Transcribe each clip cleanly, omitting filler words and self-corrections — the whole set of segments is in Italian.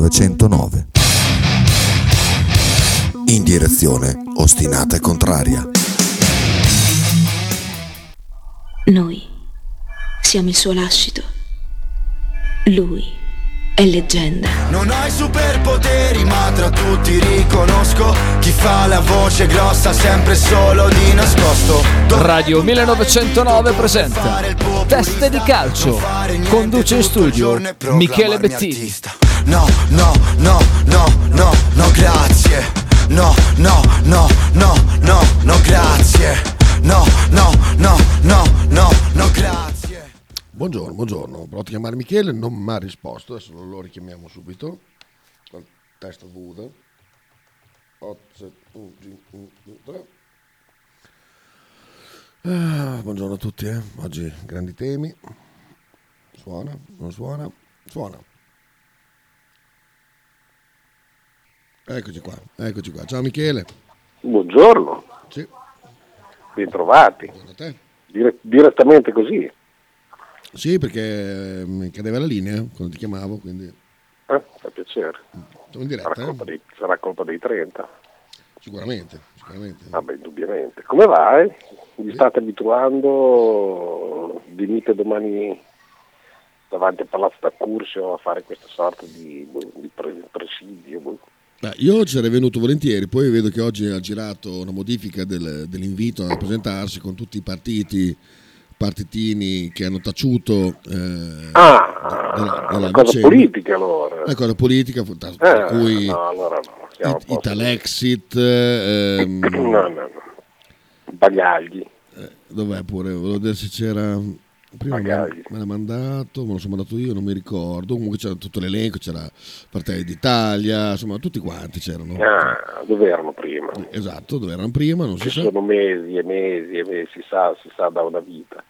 1909. In direzione ostinata e contraria. Noi siamo il suo lascito. Lui è leggenda. Non ho i superpoteri, ma tra tutti riconosco chi fa la voce grossa sempre solo di nascosto. Radio 1909 presenta Teste di calcio. Conduce in studio Michele Bettini. No, no, no, no, no, no, grazie. No, no, no, no, no, no, grazie. No, no, no, no, no, no, grazie. Buongiorno, ho provato a chiamare Michele, non mi ha risposto, adesso lo richiamiamo subito. Testa vuda. 8, 7, 1, 2, 3. Buongiorno a tutti, oggi grandi temi. Suona, non suona? Suona. Eccoci qua. Ciao Michele. Buongiorno. Sì. Bentrovati. Buongiorno a te. Direttamente così. Sì, perché mi cadeva la linea quando ti chiamavo, quindi... Fa piacere. Siamo in diretta, Sarà colpa dei 30. Sicuramente. Vabbè, indubbiamente. Come va? Vi state abituando? Venite domani davanti al Palazzo da Curzio a fare questa sorta di presidio? Io ci sarei venuto volentieri, poi vedo che oggi ha girato una modifica dell'invito a presentarsi con tutti i partitini che hanno taciuto della cosa politica allora. Una cosa politica, per cui allora no, Italexit, no. Bagagli. Dov'è pure? Volevo vedere se c'era... Prima Bagagli. me l'ha mandato, me lo sono mandato io, non mi ricordo. Comunque c'era tutto l'elenco, c'era Fratelli d'Italia, insomma tutti quanti c'erano. Dove erano prima? Esatto, dove erano prima, non si sa. Sono mesi e mesi, si sa da una vita.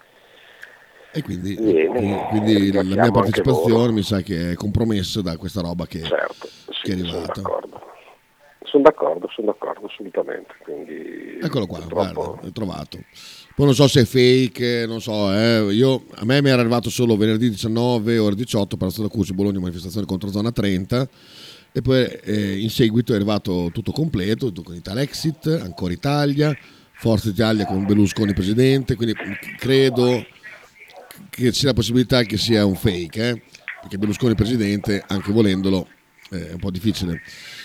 E quindi la mia Ringraziamo partecipazione mi sa che è compromessa da questa roba che è arrivata. Sono d'accordo, assolutamente. Quindi, eccolo qua, purtroppo... guarda, l'ho trovato. Poi non so se è fake, non so, a me mi era arrivato solo venerdì 19 ore 18 Palazzo da Curzio, Bologna, manifestazione contro zona 30, e poi in seguito è arrivato tutto completo, tutto con Italexit, ancora Italia, Forza Italia con Berlusconi presidente, quindi credo che c'è la possibilità che sia un fake, perché Berlusconi presidente, anche volendolo, è un po' difficile.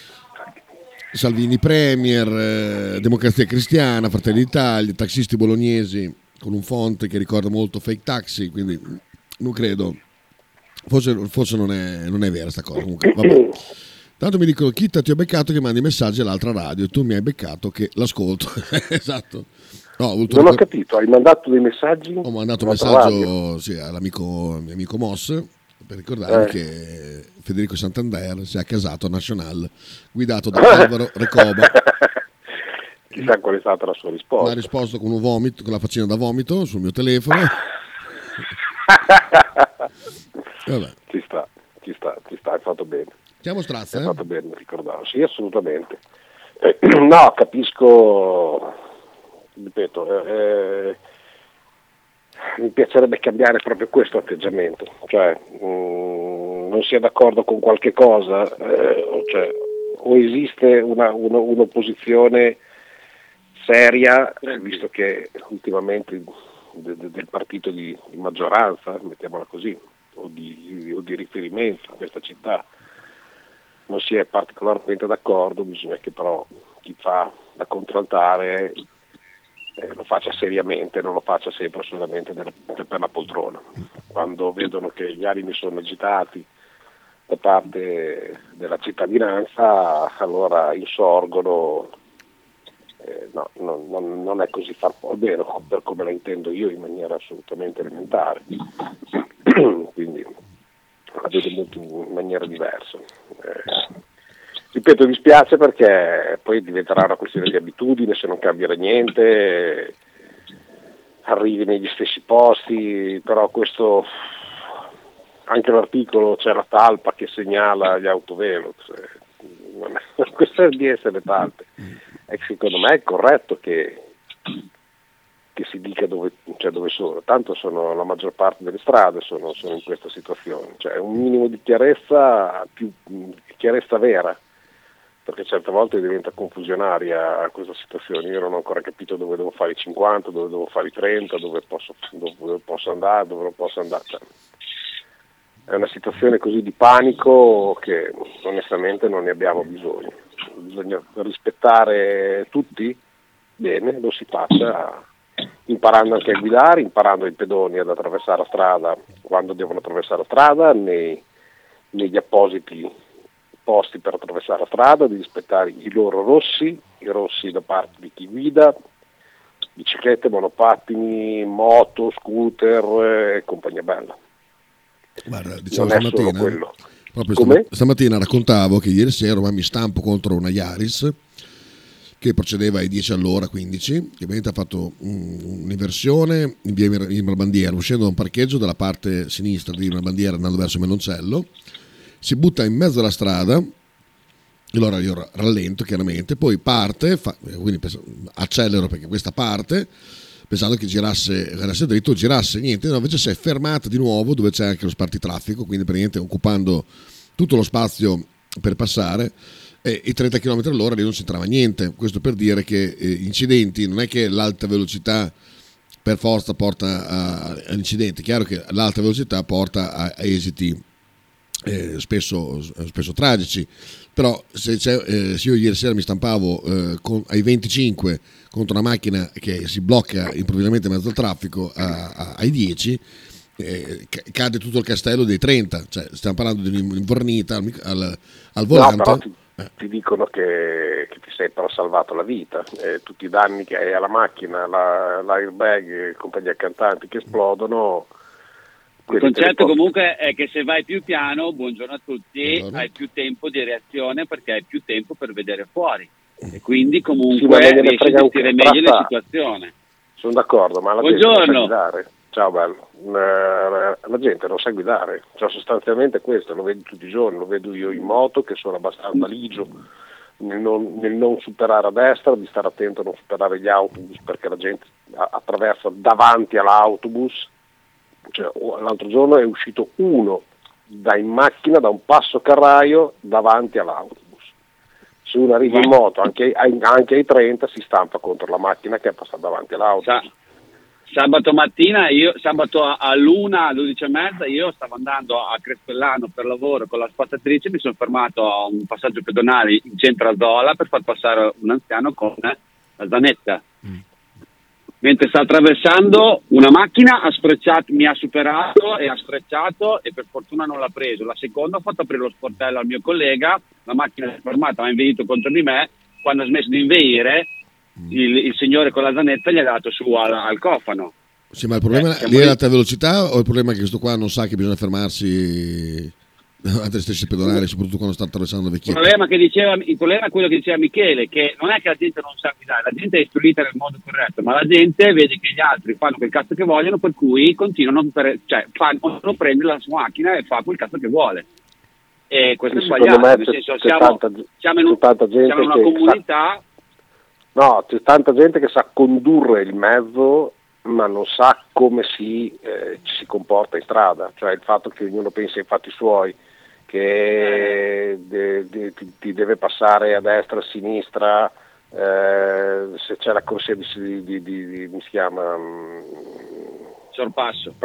Salvini premier, Democrazia Cristiana, Fratelli d'Italia, taxisti bolognesi con un font che ricorda molto Fake Taxi, quindi non credo, forse non è vera sta cosa. Comunque, vabbè. Tanto mi dicono: Chitta, ti ho beccato che mandi messaggi all'altra radio e tu mi hai beccato che l'ascolto. Esatto. No, non ho capito, hai mandato dei messaggi? Ho mandato un messaggio all'amico mio amico Moss per ricordargli che Federico Santander si è accasato a Nacional, guidato da Alvaro Recoba. Chissà qual è stata la sua risposta. Mi ha risposto con un vomito, con la faccina da vomito sul mio telefono. Vabbè. Ci sta, hai fatto bene. Siamo Strazza, hai fatto bene, ricordavo. Sì, assolutamente. No, capisco, ripeto, mi piacerebbe cambiare proprio questo atteggiamento, cioè non si è d'accordo con qualche cosa, o esiste un'opposizione seria, visto che ultimamente del partito di maggioranza, mettiamola così, o di riferimento a questa città non si è particolarmente d'accordo, bisogna che però chi fa da contraltare lo faccia seriamente, non lo faccia sempre solamente per la poltrona. Quando vedono che gli animi sono agitati da parte della cittadinanza, allora insorgono. No, non è così almeno per come la intendo io, in maniera assolutamente elementare. Quindi la vedo molto in maniera diversa. Ripeto, mi spiace perché poi diventerà una questione di abitudine, se non cambierà niente, arrivi negli stessi posti, però questo, anche l'articolo c'è la talpa che segnala gli autovelox, non questa di essere talpe. Secondo me è corretto che si dica dove cioè dove sono? Tanto sono la maggior parte delle strade sono in questa situazione, cioè un minimo di chiarezza, più chiarezza vera, perché certe volte diventa confusionaria questa situazione. Io non ho ancora capito dove devo fare i 50, dove devo fare i 30, dove posso andare, dove non posso andare. Cioè, è una situazione così di panico che onestamente non ne abbiamo bisogno. Bisogna rispettare tutti, bene, lo si faccia imparando anche a guidare, imparando ai pedoni ad attraversare la strada quando devono attraversare la strada, negli appositi posti per attraversare la strada, di rispettare i loro rossi, i rossi da parte di chi guida, biciclette, monopattini, moto, scooter e compagnia bella. Guarda, diciamo non è solo stamattina, quello. proprio stamattina raccontavo che ieri sera ormai mi stampo contro una Yaris che procedeva ai 10 all'ora, 15, che ovviamente ha fatto un'inversione in via Imre Bandiera, uscendo da un parcheggio dalla parte sinistra di Imre Bandiera andando verso Menoncello, si butta in mezzo alla strada, e allora io rallento chiaramente, poi parte, quindi accelero perché questa parte, pensando che girasse dritto, niente, no, invece si è fermata di nuovo dove c'è anche lo spartitraffico, quindi praticamente occupando tutto lo spazio per passare, e i 30 km all'ora lì non c'entrava niente. Questo per dire che incidenti, non è che l'alta velocità per forza porta a incidenti, è chiaro che l'alta velocità porta a esiti spesso tragici, però se io ieri sera mi stampavo ai 25 contro una macchina che si blocca improvvisamente in mezzo al traffico ai 10, cade tutto il castello dei 30, cioè stiamo parlando di un'invornita al volante. No, però ti dicono che ti sei però salvato la vita, tutti i danni che hai alla macchina, l'airbag, compagnia cantanti che esplodono. Il concetto comunque è che se vai più piano, buongiorno a tutti, hai più tempo di reazione perché hai più tempo per vedere fuori e quindi comunque riesci a gestire meglio la situazione. Sono d'accordo, ma la gente non sa guidare. Ciao bello, la gente non sa guidare, cioè sostanzialmente questo lo vedi tutti i giorni, lo vedo io in moto che sono abbastanza ligio nel non superare a destra, di stare attento a non superare gli autobus perché la gente attraversa davanti all'autobus. Cioè, l'altro giorno è uscito uno in macchina da un passo carraio davanti all'autobus. Se uno arriva in moto anche ai 30 si stampa contro la macchina che è passata davanti all'autobus. Sabato mattina, sabato all'11:30, io stavo andando a Crespellano per lavoro con la spazzatrice, mi sono fermato a un passaggio pedonale in centro a Zola per far passare un anziano con la zanetta. Mentre sta attraversando una macchina mi ha superato e ha sfrecciato e per fortuna non l'ha preso. La seconda ha fatto aprire lo sportello al mio collega, la macchina si è fermata, ma ha inveito contro di me. Quando ha smesso di inveire, il signore con la zanetta gli ha dato su al cofano. Sì, ma il problema lì è l'alta velocità o il problema è che questo qua non sa che bisogna fermarsi davanti alle stesse pedonali, soprattutto quando sta attraversando vecchietti? Il problema è quello che diceva Michele, che non è che la gente non sa guidare, la gente è istruita nel modo corretto, ma la gente vede che gli altri fanno quel cazzo che vogliono, per cui continuano, ognuno prende la sua macchina e fa quel cazzo che vuole. E questo è sbagliato, nel senso siamo in una comunità. No, c'è tanta gente che sa condurre il mezzo ma non sa come ci si comporta in strada, cioè il fatto che ognuno pensi ai fatti suoi, che ti deve passare a destra, a sinistra, se c'è la corsia di come si chiama? Sorpasso.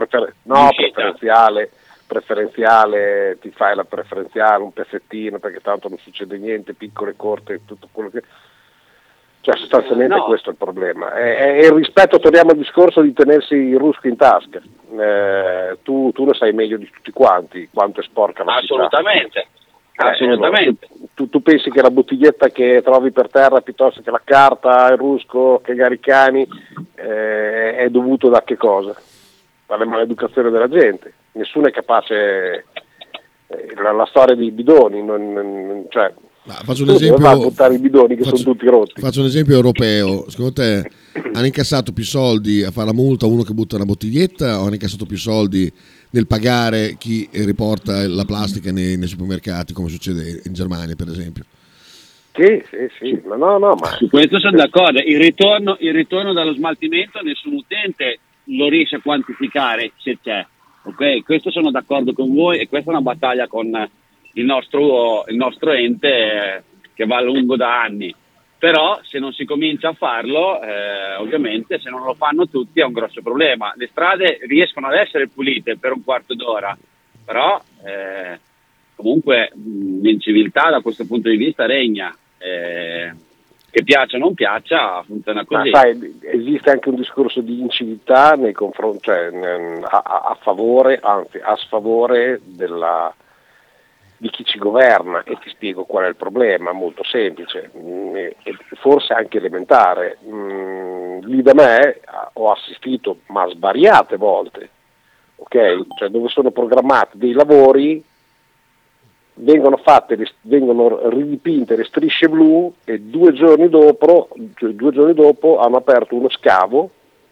Preferenziale, ti fai la preferenziale, un pezzettino perché tanto non succede niente, piccole, corte, tutto quello che... Cioè sostanzialmente questo è il problema. E il rispetto, torniamo al discorso di tenersi il rusco in tasca. Tu lo sai meglio di tutti quanti quanto è sporca la città. Assolutamente. Tu pensi che la bottiglietta che trovi per terra piuttosto che la carta, il rusco, che gli aricani è dovuto da che cosa? Dalla maleducazione della gente. Nessuno è capace. La storia dei bidoni, cioè. Faccio un esempio, a buttare i bidoni che sono tutti rotti. Faccio un esempio europeo. Secondo te hanno incassato più soldi a fare la multa a uno che butta una bottiglietta o hanno incassato più soldi nel pagare chi riporta la plastica nei supermercati, come succede in Germania per esempio? Sì, ma no, ma su questo sono d'accordo. Il ritorno dallo smaltimento nessun utente lo riesce a quantificare se c'è. Ok, questo sono d'accordo con voi e questa è una battaglia con il nostro ente che va a lungo da anni. Però se non si comincia a farlo, ovviamente se non lo fanno tutti è un grosso problema. Le strade riescono ad essere pulite per un quarto d'ora, però comunque l'inciviltà da questo punto di vista regna. Che piaccia o non piaccia, funziona così. Ma sai, esiste anche un discorso di inciviltà nei confronti, cioè a favore, anzi a sfavore di chi ci governa, e ti spiego qual è il problema, molto semplice, e forse anche elementare. Lì da me ho assistito, ma svariate volte, ok? Cioè dove sono programmati dei lavori, vengono ridipinte le strisce blu e 2 giorni dopo hanno aperto uno scavo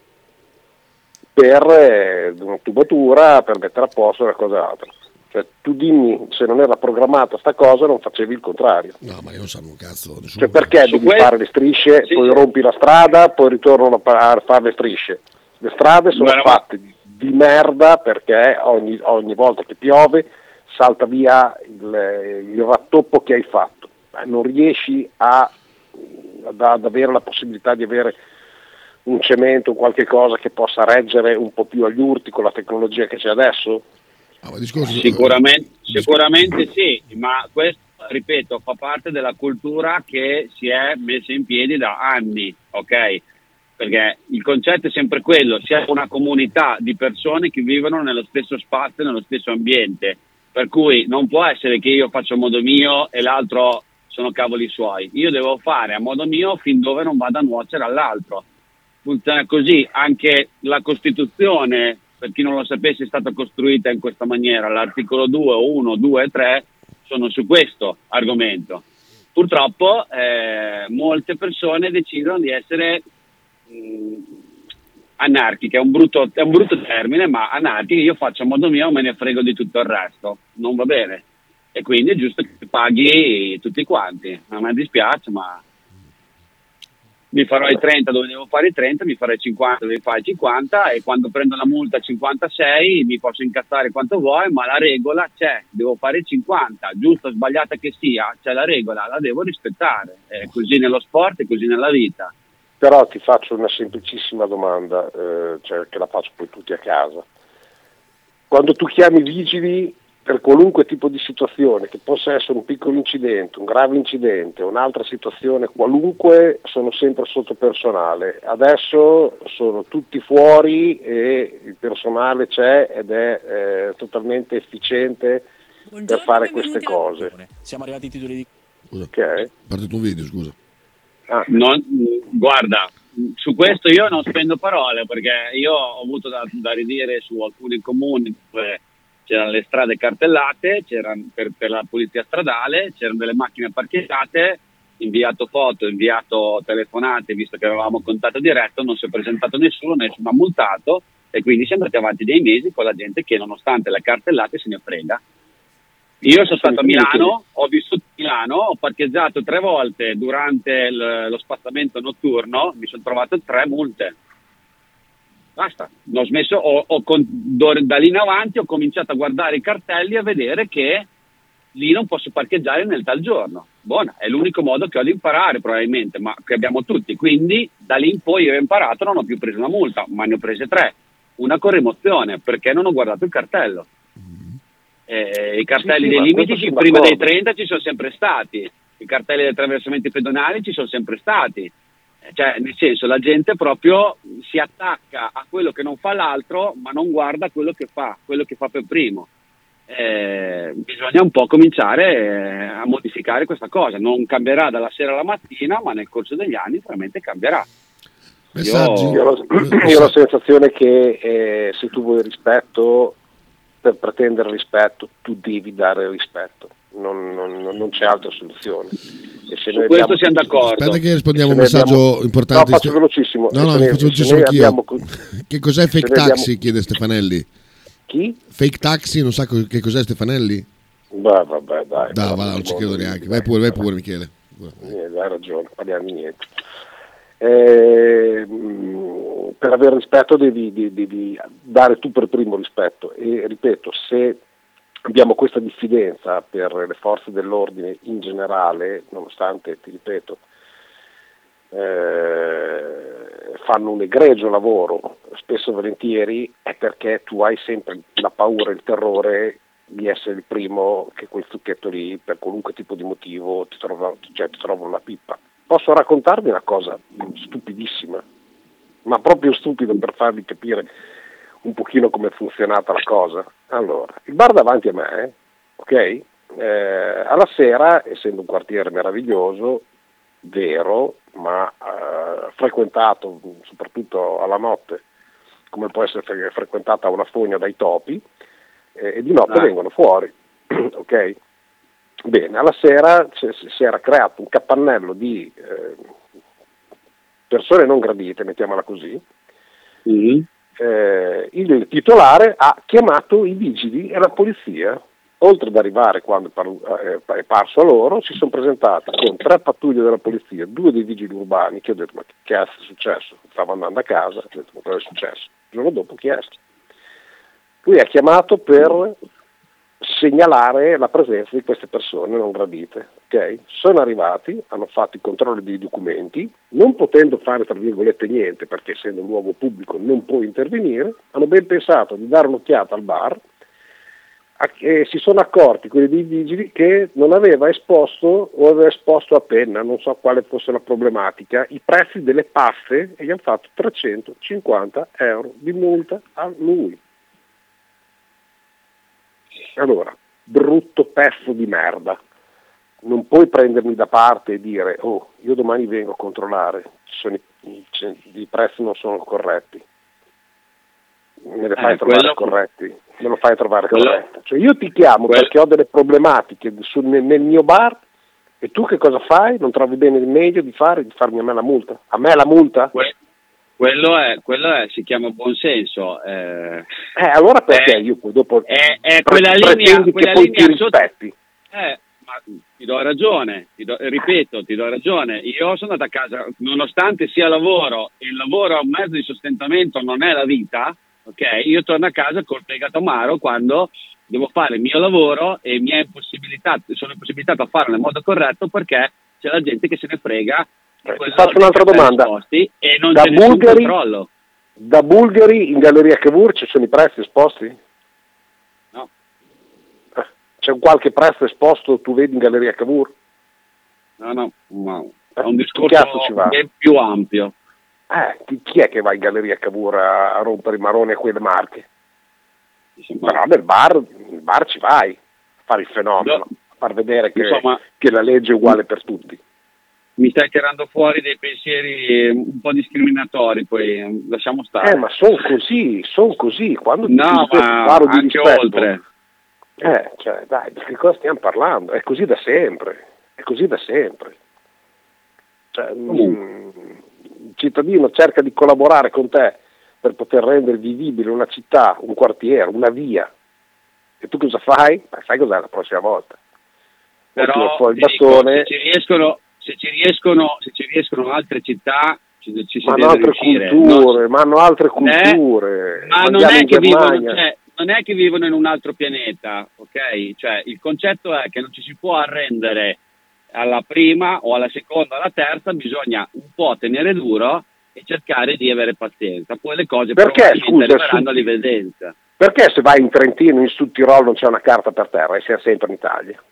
per una tubatura per mettere a posto una cosa e l'altra. Cioè, tu dimmi, se non era programmata sta cosa non facevi il contrario. No, ma io non so un cazzo. Cioè, perché devi fare le strisce, sì, poi rompi la strada, poi ritornano a fare le strisce. Le strade sono fatte di merda perché ogni volta che piove salta via il rattoppo che hai fatto, non riesci ad avere la possibilità di avere un cemento, qualche cosa che possa reggere un po' più agli urti con la tecnologia che c'è adesso? Sicuramente sì, ma questo, ripeto, fa parte della cultura che si è messa in piedi da anni, ok? Perché il concetto è sempre quello, si è una comunità di persone che vivono nello stesso spazio, nello stesso ambiente. Per cui non può essere che io faccio a modo mio e l'altro sono cavoli suoi. Io devo fare a modo mio fin dove non vada a nuocere all'altro. Funziona così. Anche la Costituzione, per chi non lo sapesse, è stata costruita in questa maniera. L'articolo 2, 1, 2 e 3 sono su questo argomento. Purtroppo molte persone decidono di essere anarchiche, è un brutto termine, ma anarchiche. Io faccio a modo mio, me ne frego di tutto il resto, non va bene, e quindi è giusto che paghi tutti quanti. A me dispiace, ma mi farò i 30 dove devo fare i 30, mi farò i 50 dove fai i 50, e quando prendo la multa a 56 mi posso incazzare quanto vuoi, ma la regola c'è, devo fare i 50, giusto o sbagliata che sia, c'è la regola, la devo rispettare, è così nello sport e così nella vita. Però ti faccio una semplicissima domanda, cioè che la faccio poi tutti a casa. Quando tu chiami vigili per qualunque tipo di situazione, che possa essere un piccolo incidente, un grave incidente, un'altra situazione qualunque, sono sempre sotto personale. Adesso sono tutti fuori e il personale c'è ed è totalmente efficiente. Buongiorno, per fare queste cose. Siamo arrivati ai titoli di... Scusa, okay. Partito un video, scusa. Guarda, su questo io non spendo parole, perché io ho avuto da ridire su alcuni comuni dove c'erano le strade cartellate, c'erano per la polizia stradale, c'erano delle macchine parcheggiate, inviato foto, inviato telefonate, visto che avevamo contatto diretto, non si è presentato nessuno ha multato, e quindi siamo andati avanti dei mesi con la gente che nonostante le cartellate se ne frega. Io sono stato a Milano, ho vissuto a Milano, ho parcheggiato 3 volte durante lo spazzamento notturno, mi sono trovato 3 multe. Basta, ho smesso, da lì in avanti ho cominciato a guardare i cartelli e a vedere che lì non posso parcheggiare nel tal giorno. Buona, è l'unico modo che ho di imparare probabilmente, ma che abbiamo tutti. Quindi da lì in poi io ho imparato, non ho più preso una multa, ma ne ho prese 3. Una con rimozione, perché non ho guardato il cartello. I cartelli dei limiti prima dei 30 ci sono sempre stati, i cartelli dei attraversamenti pedonali ci sono sempre stati, cioè nel senso la gente proprio si attacca a quello che non fa l'altro, ma non guarda quello che fa per primo. Bisogna un po' cominciare a modificare questa cosa, non cambierà dalla sera alla mattina, ma nel corso degli anni veramente cambierà. Io ho la sensazione che se tu vuoi rispetto, per pretendere rispetto tu devi dare rispetto, non c'è altra soluzione. E se su questo siamo d'accordo. Aspetta che rispondiamo a un messaggio importante. No, faccio velocissimo. Faccio velocissimo anch'io. Che cos'è fake taxi? Chiede Stefanelli. Chi? Fake taxi, non sa che cos'è Stefanelli? Vabbè, dai. Non ci credo neanche. Vai pure Michele. Hai ragione, parliamo di niente. per avere rispetto devi dare tu per primo rispetto, e ripeto, se abbiamo questa diffidenza per le forze dell'ordine in generale, nonostante, ti ripeto, fanno un egregio lavoro, spesso e volentieri è perché tu hai sempre la paura e il terrore di essere il primo che quel zucchetto lì, per qualunque tipo di motivo, ti trova una pippa. Posso raccontarvi una cosa stupidissima, ma proprio stupido, per farvi capire un pochino come è funzionata la cosa. Allora, il bar davanti a me, ok? Alla sera, essendo un quartiere meraviglioso, vero, ma frequentato soprattutto alla notte, come può essere frequentata una fogna dai topi, e di notte vengono fuori, ok? Bene, alla sera si era creato un capannello di persone non gradite, mettiamola così. Il titolare ha chiamato i vigili e la polizia. Oltre ad arrivare quando è parso a loro, si sono presentati con 3 pattuglie della polizia, 2 dei vigili urbani, che ho detto: ma che cazzo è successo? Stavo andando a casa, ho detto: ma cosa è successo? Il giorno dopo ho chiesto. Lui ha chiamato per segnalare la presenza di queste persone non gradite. Okay? Sono arrivati, hanno fatto i controlli dei documenti, non potendo fare tra virgolette niente, perché essendo un luogo pubblico non può intervenire, hanno ben pensato di dare un'occhiata al bar, e si sono accorti quelli dei vigili che non aveva esposto, o aveva esposto a penna, non so quale fosse la problematica, i prezzi delle paste, e gli hanno fatto 350 euro di multa a lui. Allora, brutto pezzo di merda, non puoi prendermi da parte e dire: oh, io domani vengo a controllare, i prezzi non sono corretti, me li fai trovare corretti, me lo fai trovare corretto. Cioè, io ti chiamo perché ho delle problematiche nel mio bar, e tu che cosa fai? Non trovi bene il meglio di farmi a me la multa? A me la multa? Quello è, si chiama buonsenso. Allora perché io poi dopo quella linea che poi ti rispetti? Ma ti do ragione, ti do ragione. Io sono andato a casa, nonostante sia lavoro, il lavoro è un mezzo di sostentamento, non è la vita, ok? Io torno a casa col fegato amaro quando devo fare il mio lavoro e sono impossibilitato a farlo nel modo corretto, perché c'è la gente che se ne frega. Ti faccio un'altra domanda. E non c'è nessun controllo. Da Bulgari in Galleria Cavour ci sono i prezzi esposti? No. C'è qualche prezzo esposto, tu vedi, in Galleria Cavour? No. È un discorso ben più ampio. Chi è che va in Galleria Cavour a rompere i maroni a quelle marche? Però nel bar ci vai a fare il fenomeno, a far vedere che la legge è uguale per tutti. Mi stai tirando fuori dei pensieri un po' discriminatori, poi lasciamo stare. Ma sono così, quando ti parlo di rispetto, oltre. Cioè, dai, di che cosa stiamo parlando? È così da sempre. Cioè, il cittadino cerca di collaborare con te per poter rendere vivibile una città, un quartiere, una via. E tu cosa fai? Sai cos'è la prossima volta? Però poi il bastone. Se ci riescono altre città, ci si ma deve altre riuscire. Culture, ma hanno altre culture. Ma non è che vivono in un altro pianeta, ok? Cioè, il concetto è che non ci si può arrendere alla prima o alla seconda o alla terza, bisogna un po' tenere duro e cercare di avere pazienza. Poi le cose arriveranno all'evidenza. Perché se vai in Trentino, in Sud Tirolo, non c'è una carta per terra e siamo sempre in Italia?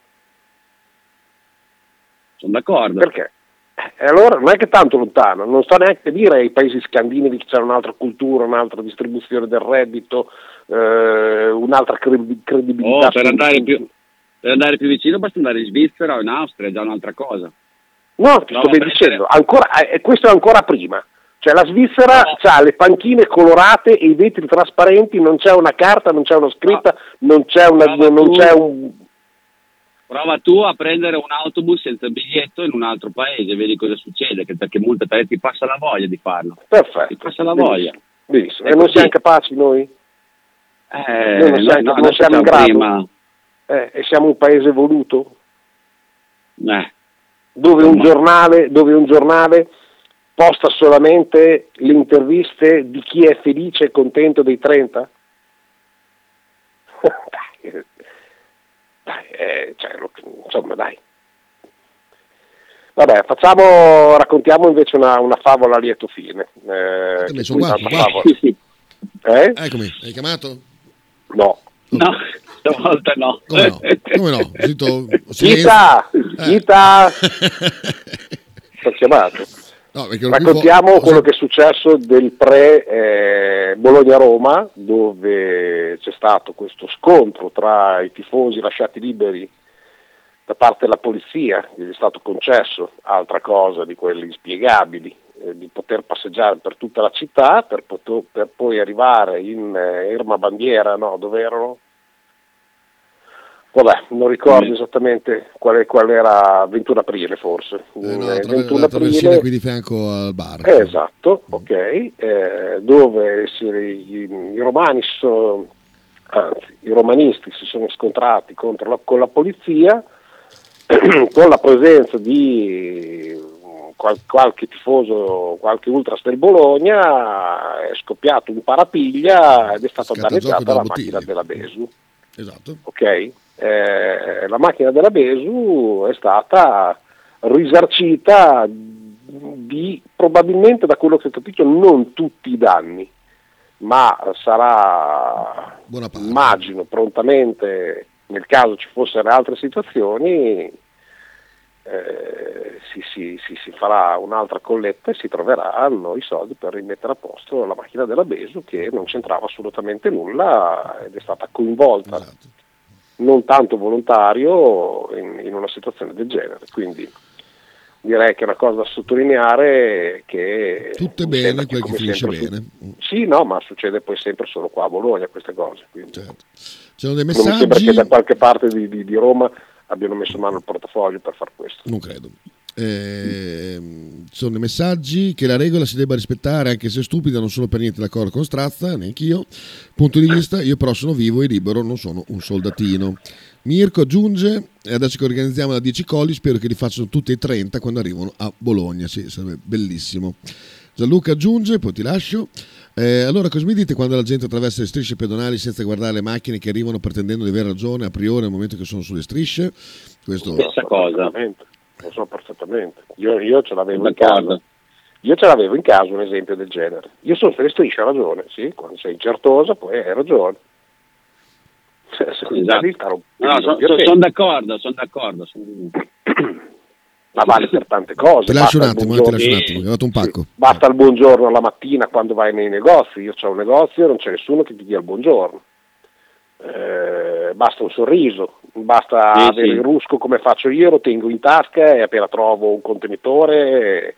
Sono d'accordo. Perché? E allora non è che tanto lontano, non sto neanche a dire ai paesi scandinavi che c'è un'altra cultura, un'altra distribuzione del reddito, un'altra credibilità. Per andare più vicino basta andare in Svizzera o in Austria, è già un'altra cosa. No, ti sto ben dicendo, questo è ancora prima. Cioè la Svizzera ha le panchine colorate e i vetri trasparenti, non c'è una carta, non c'è una scritta, non c'è un... Prova tu a prendere un autobus senza biglietto in un altro paese, vedi cosa succede, perché molte volte ti passa la voglia di farlo. Perfetto. Ti passa la voglia. Benissimo. E non siamo capaci noi? Noi non siamo in grado. E siamo un paese evoluto? Dove un giornale posta solamente le interviste di chi è felice e contento dei 30? Insomma, dai. Vabbè, raccontiamo invece una favola a lieto fine. Sono qua. Eccomi, hai chiamato? No. No, stavolta no. Come no? Chita! Ho chiamato. No, raccontiamo quello che è successo del Bologna-Roma, dove c'è stato questo scontro tra i tifosi lasciati liberi da parte della polizia, che gli è stato concesso, altra cosa di quelli inspiegabili, di poter passeggiare per tutta la città per poi arrivare in Erma Bandiera, no, dove erano? Vabbè, non ricordo esattamente qual era, 21 aprile forse. 21 aprile qui di fianco al bar. Esatto, ok, dove i romanisti si sono scontrati con la polizia, con la presenza di qualche tifoso, qualche ultras del Bologna, è scoppiato un parapiglia ed è stata danneggiata la macchina della Besu. Esatto. Ok? La macchina della Besu è stata risarcita di, probabilmente, da quello che ho capito, non tutti i danni, ma sarà, immagino, prontamente, nel caso ci fossero altre situazioni, si farà un'altra colletta e si troveranno i soldi per rimettere a posto la macchina della Besu, che non c'entrava assolutamente nulla ed è stata coinvolta, non tanto volontario, in una situazione del genere. Quindi direi che è una cosa da sottolineare, che tutto è bene quel che finisce bene. Sì, no, ma succede poi sempre solo qua a Bologna queste cose. Quindi certo. C'erano dei messaggi. Non mi sembra che da qualche parte di Roma abbiano messo mano al portafoglio per far questo. Non credo. Sono dei messaggi che la regola si debba rispettare, anche se stupida. Non sono per niente d'accordo con Strazza, neanch'io. Punto di vista, io però sono vivo e libero, non sono un soldatino. Mirko aggiunge: adesso che organizziamo la 10 colli, spero che li facciano tutti e 30 quando arrivano a Bologna. Sì, sarebbe bellissimo. Gianluca aggiunge, poi ti lascio. Allora, cosa mi dite quando la gente attraversa le strisce pedonali senza guardare le macchine che arrivano, pretendendo di avere ragione a priori nel momento che sono sulle strisce? Questo stessa cosa. Lo so perfettamente. Io ce l'avevo in casa. Io ce l'avevo in casa un esempio del genere. Io sono sulle strisce, hai ragione, sì, quando sei in Certosa poi hai ragione. Esatto. Sono d'accordo. Ma vale per tante cose. Ti lascio un attimo, è arrivato un pacco. Sì, basta il buongiorno alla mattina quando vai nei negozi. Io ho un negozio, non c'è nessuno che ti dia il buongiorno. Basta un sorriso, basta avere il rusco come faccio io, lo tengo in tasca e appena trovo un contenitore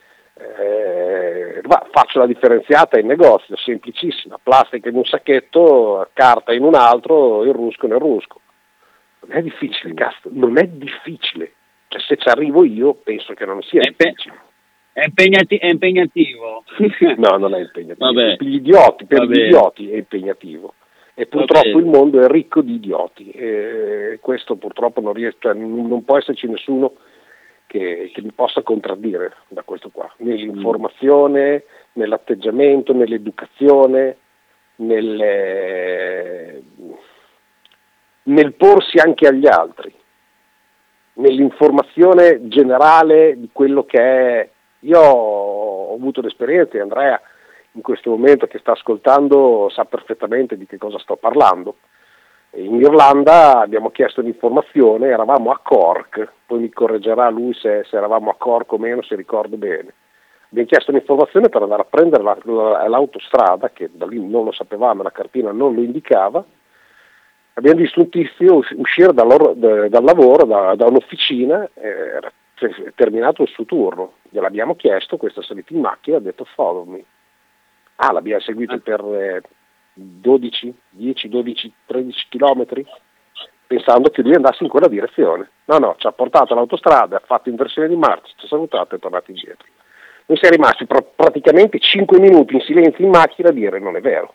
faccio la differenziata in negozio, semplicissima: plastica in un sacchetto, carta in un altro, il rusco nel rusco. Non è difficile, cazzo, non è difficile. Cioè, se ci arrivo io penso che non sia difficile. È impegnativo. No, non è impegnativo. Vabbè. Per gli idioti è impegnativo. E purtroppo il mondo è ricco di idioti. Questo purtroppo non può esserci nessuno che mi possa contraddire da questo qua. Nell'informazione, nell'atteggiamento, nell'educazione, nel porsi anche agli altri, nell'informazione generale di quello che è. Io ho avuto l'esperienza, e Andrea in questo momento che sta ascoltando sa perfettamente di che cosa sto parlando. In Irlanda abbiamo chiesto un'informazione, eravamo a Cork, poi mi correggerà lui se eravamo a Cork o meno, se ricordo bene. Abbiamo chiesto un'informazione per andare a prendere l'autostrada, che da lì non lo sapevamo, la cartina non lo indicava. Abbiamo visto un tizio uscire dal lavoro, da un'officina, era terminato il suo turno. Gliel'abbiamo chiesto, questo è salito in macchina e ha detto follow me. L'abbiamo seguito per 10, 12, 13 chilometri, pensando che lui andasse in quella direzione. No, ci ha portato all'autostrada, ha fatto inversione di marcia, ci ha salutato e è tornato indietro. Noi siamo rimasti praticamente 5 minuti in silenzio in macchina a dire non è vero.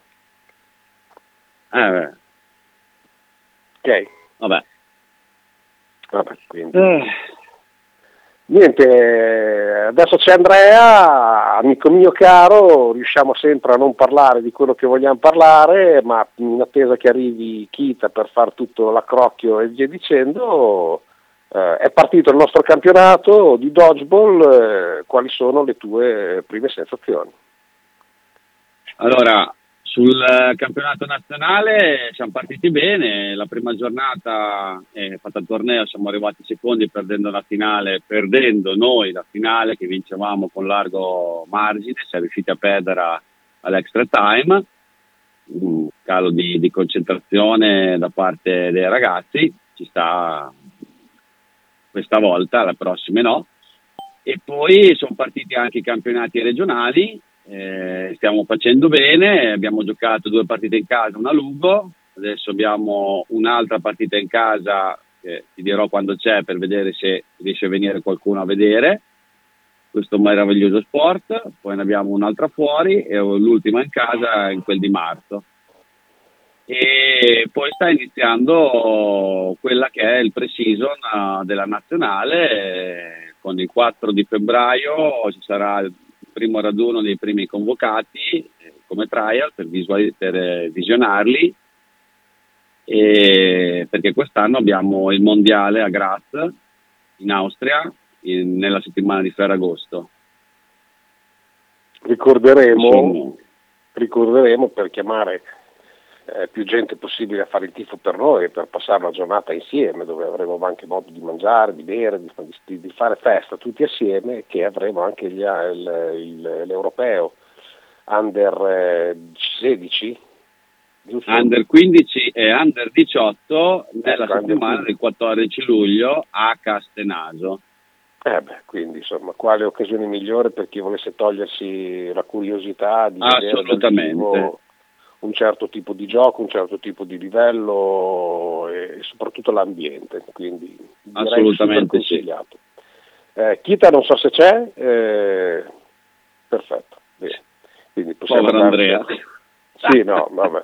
Ok. Vabbè, quindi. Niente, adesso c'è Andrea, amico mio caro, riusciamo sempre a non parlare di quello che vogliamo parlare, ma in attesa che arrivi Kita per far tutto l'accrocchio e via dicendo, è partito il nostro campionato di dodgeball, quali sono le tue prime sensazioni? Allora, sul campionato nazionale siamo partiti bene, la prima giornata fatta il torneo, siamo arrivati secondi perdendo noi la finale che vincevamo con largo margine, siamo riusciti a perdere all'extra time, un calo di concentrazione da parte dei ragazzi, ci sta questa volta, la prossima no, e poi sono partiti anche i campionati regionali. Stiamo facendo bene, abbiamo giocato 2 partite in casa, una a Lugo, adesso abbiamo un'altra partita in casa che ti dirò quando c'è per vedere se riesce a venire qualcuno a vedere questo meraviglioso sport, poi ne abbiamo un'altra fuori e l'ultima in casa in quel di marzo. E poi sta iniziando quella che è il pre-season della nazionale, con il 4 di febbraio ci sarà il primo raduno dei primi convocati come trial per visionarli, perché quest'anno abbiamo il mondiale a Graz in Austria nella settimana di Ferragosto. Ricorderemo per chiamare più gente possibile a fare il tifo per noi e per passare la giornata insieme, dove avremo anche modo di mangiare, di bere, di fare festa tutti assieme, che avremo anche l'europeo under 16, giusto? Under 15 e under 18 nella settimana del 14 luglio a Castenaso. Quindi insomma, quale occasione migliore per chi volesse togliersi la curiosità di vedere dal vivo un certo tipo di gioco, un certo tipo di livello e soprattutto l'ambiente, quindi direi assolutamente consigliato. Kita non so se c'è, perfetto, bene. Quindi possiamo Andrea. Sì, no, vabbè,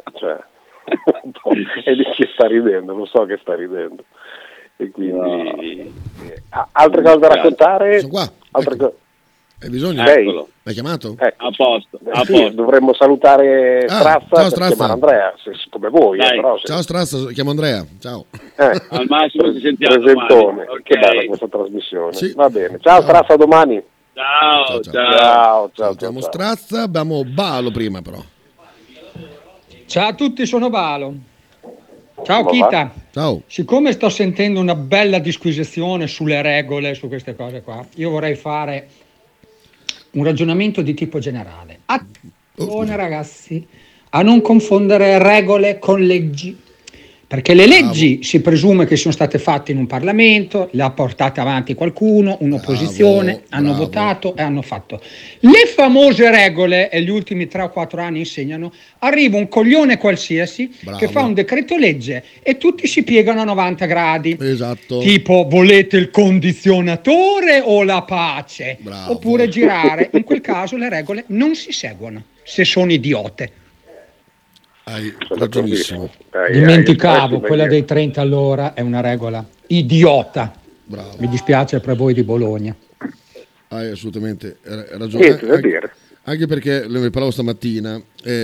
e di chi sta ridendo, lo so che sta ridendo. E quindi altre cose da raccontare? Sono qua. Hai bisogno? Eccolo. L'hai chiamato? A posto. Dovremmo salutare Strazza ciao, per Strazza. chiamare Andrea, come voi. Però, Ciao Strazza, chiamo Andrea. Ciao. Al massimo ci sentiamo presentone. domani. Che bella questa trasmissione. Sì. Va bene. Ciao Strazza, domani. Ciao. Salutiamo Strazza, abbiamo Balo prima però. Ciao a tutti, sono Balo. Ciao Come va? Kita. Ciao. Siccome sto sentendo una bella disquisizione sulle regole, su queste cose qua, io vorrei fare un ragionamento di tipo generale. Attenzione ragazzi, a non confondere regole con leggi, perché le leggi si presume che siano state fatte in un Parlamento, le ha portate avanti qualcuno, un'opposizione, hanno votato e hanno fatto. Le famose regole, e gli ultimi 3 o 4 anni insegnano, arriva un coglione qualsiasi che fa un decreto legge e tutti si piegano a 90 gradi. Esatto. Tipo, volete il condizionatore o la pace? Oppure girare. In quel caso le regole non si seguono, se sono idiote. Hai ragionissimo. Dimenticavo, quella dei 30 all'ora è una regola idiota. Bravo. Mi dispiace per voi di Bologna. Hai assolutamente ragione. Niente da dire. Anche perché ne parlavo stamattina,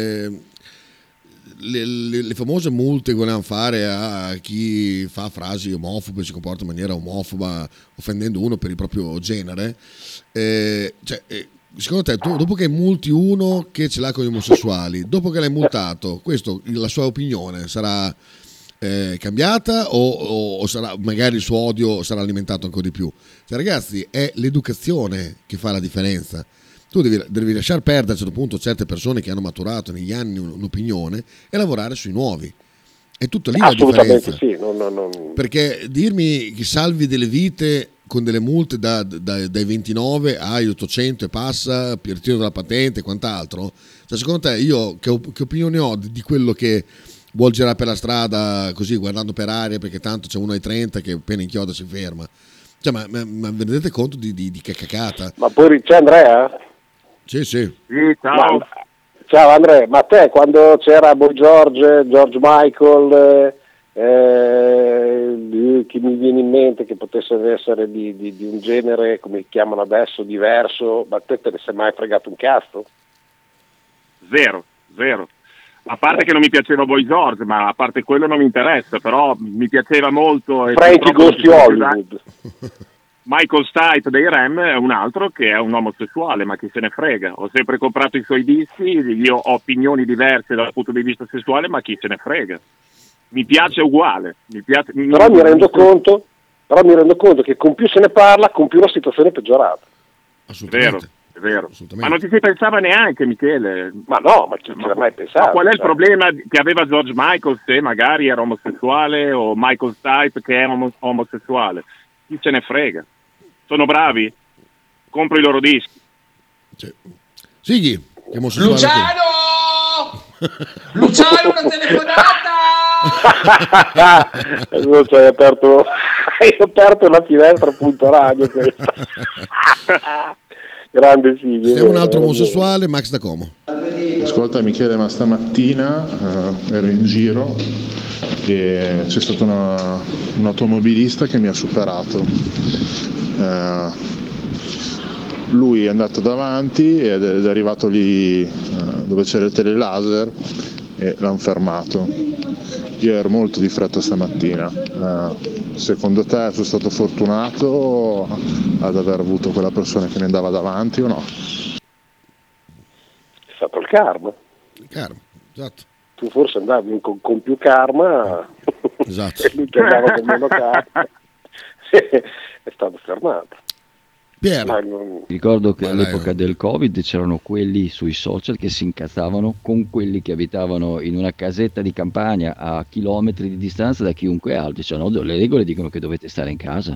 le famose multe che volevano fare a chi fa frasi omofobe, si comporta in maniera omofoba, offendendo uno per il proprio genere. Secondo te, tu, dopo che multi uno che ce l'ha con gli omosessuali, dopo che l'hai multato, la sua opinione sarà cambiata o sarà, magari il suo odio sarà alimentato ancora di più? Ragazzi, è l'educazione che fa la differenza. Tu devi lasciar perdere a un certo punto certe persone che hanno maturato negli anni un'opinione e lavorare sui nuovi. È tutto lì la differenza. Sì, Perché dirmi che salvi delle vite con delle multe dai 29 agli 800 e passa, per ritiro della patente e quant'altro, secondo te io che opinione ho di quello che vuol girare per la strada così guardando per aria perché tanto c'è uno ai 30 che appena inchioda si ferma? Ma vi rendete conto di che cacata? Ma poi c'è Andrea? Sì. Ciao. Ciao Andrea, ma te quando c'era Boy George Michael che mi viene in mente che potesse essere di un genere, come chiamano adesso, diverso, ma te ne sei mai fregato un cazzo? Zero. A parte che non mi piaceva Boy George, ma a parte quello non mi interessa, però mi piaceva molto. Frankie Goes to Hollywood. Michael Stipe dei Rem è un altro che è un omosessuale, ma chi se ne frega. Ho sempre comprato i suoi dischi, io ho opinioni diverse dal punto di vista sessuale, ma chi se ne frega. Mi piace uguale. Però mi rendo conto che con più se ne parla, con più la situazione è peggiorata. Assolutamente. È vero. Ma non ci si pensava neanche, Michele. Ma no, ma chi ci aveva mai pensato? Ma qual è il problema che aveva George Michael se magari era omosessuale, o Michael Stipe che è omosessuale? Chi se ne frega? Sono bravi? Compro i loro dischi. Sighi, che omosessuale. Luciano, una telefonata! Hai aperto la finestra.radio questa. Grande Sighi. Siamo un altro omosessuale, Max da Como. Ascolta Michele, ma stamattina ero in giro e c'è stato un automobilista che mi ha superato. Lui è andato davanti ed è arrivato lì dove c'era il telelaser e l'hanno fermato. Io ero molto di fretta stamattina. Secondo te sono stato fortunato ad aver avuto quella persona che mi andava davanti o no? È stato il karma. Il karma, esatto. Tu forse andavi con più karma, esatto. E lui che andava con meno karma è stato fermato. Ricordo che all'epoca del Covid c'erano quelli sui social che si incazzavano con quelli che abitavano in una casetta di campagna a chilometri di distanza da chiunque altro. Dicevano, no, le regole dicono che dovete stare in casa.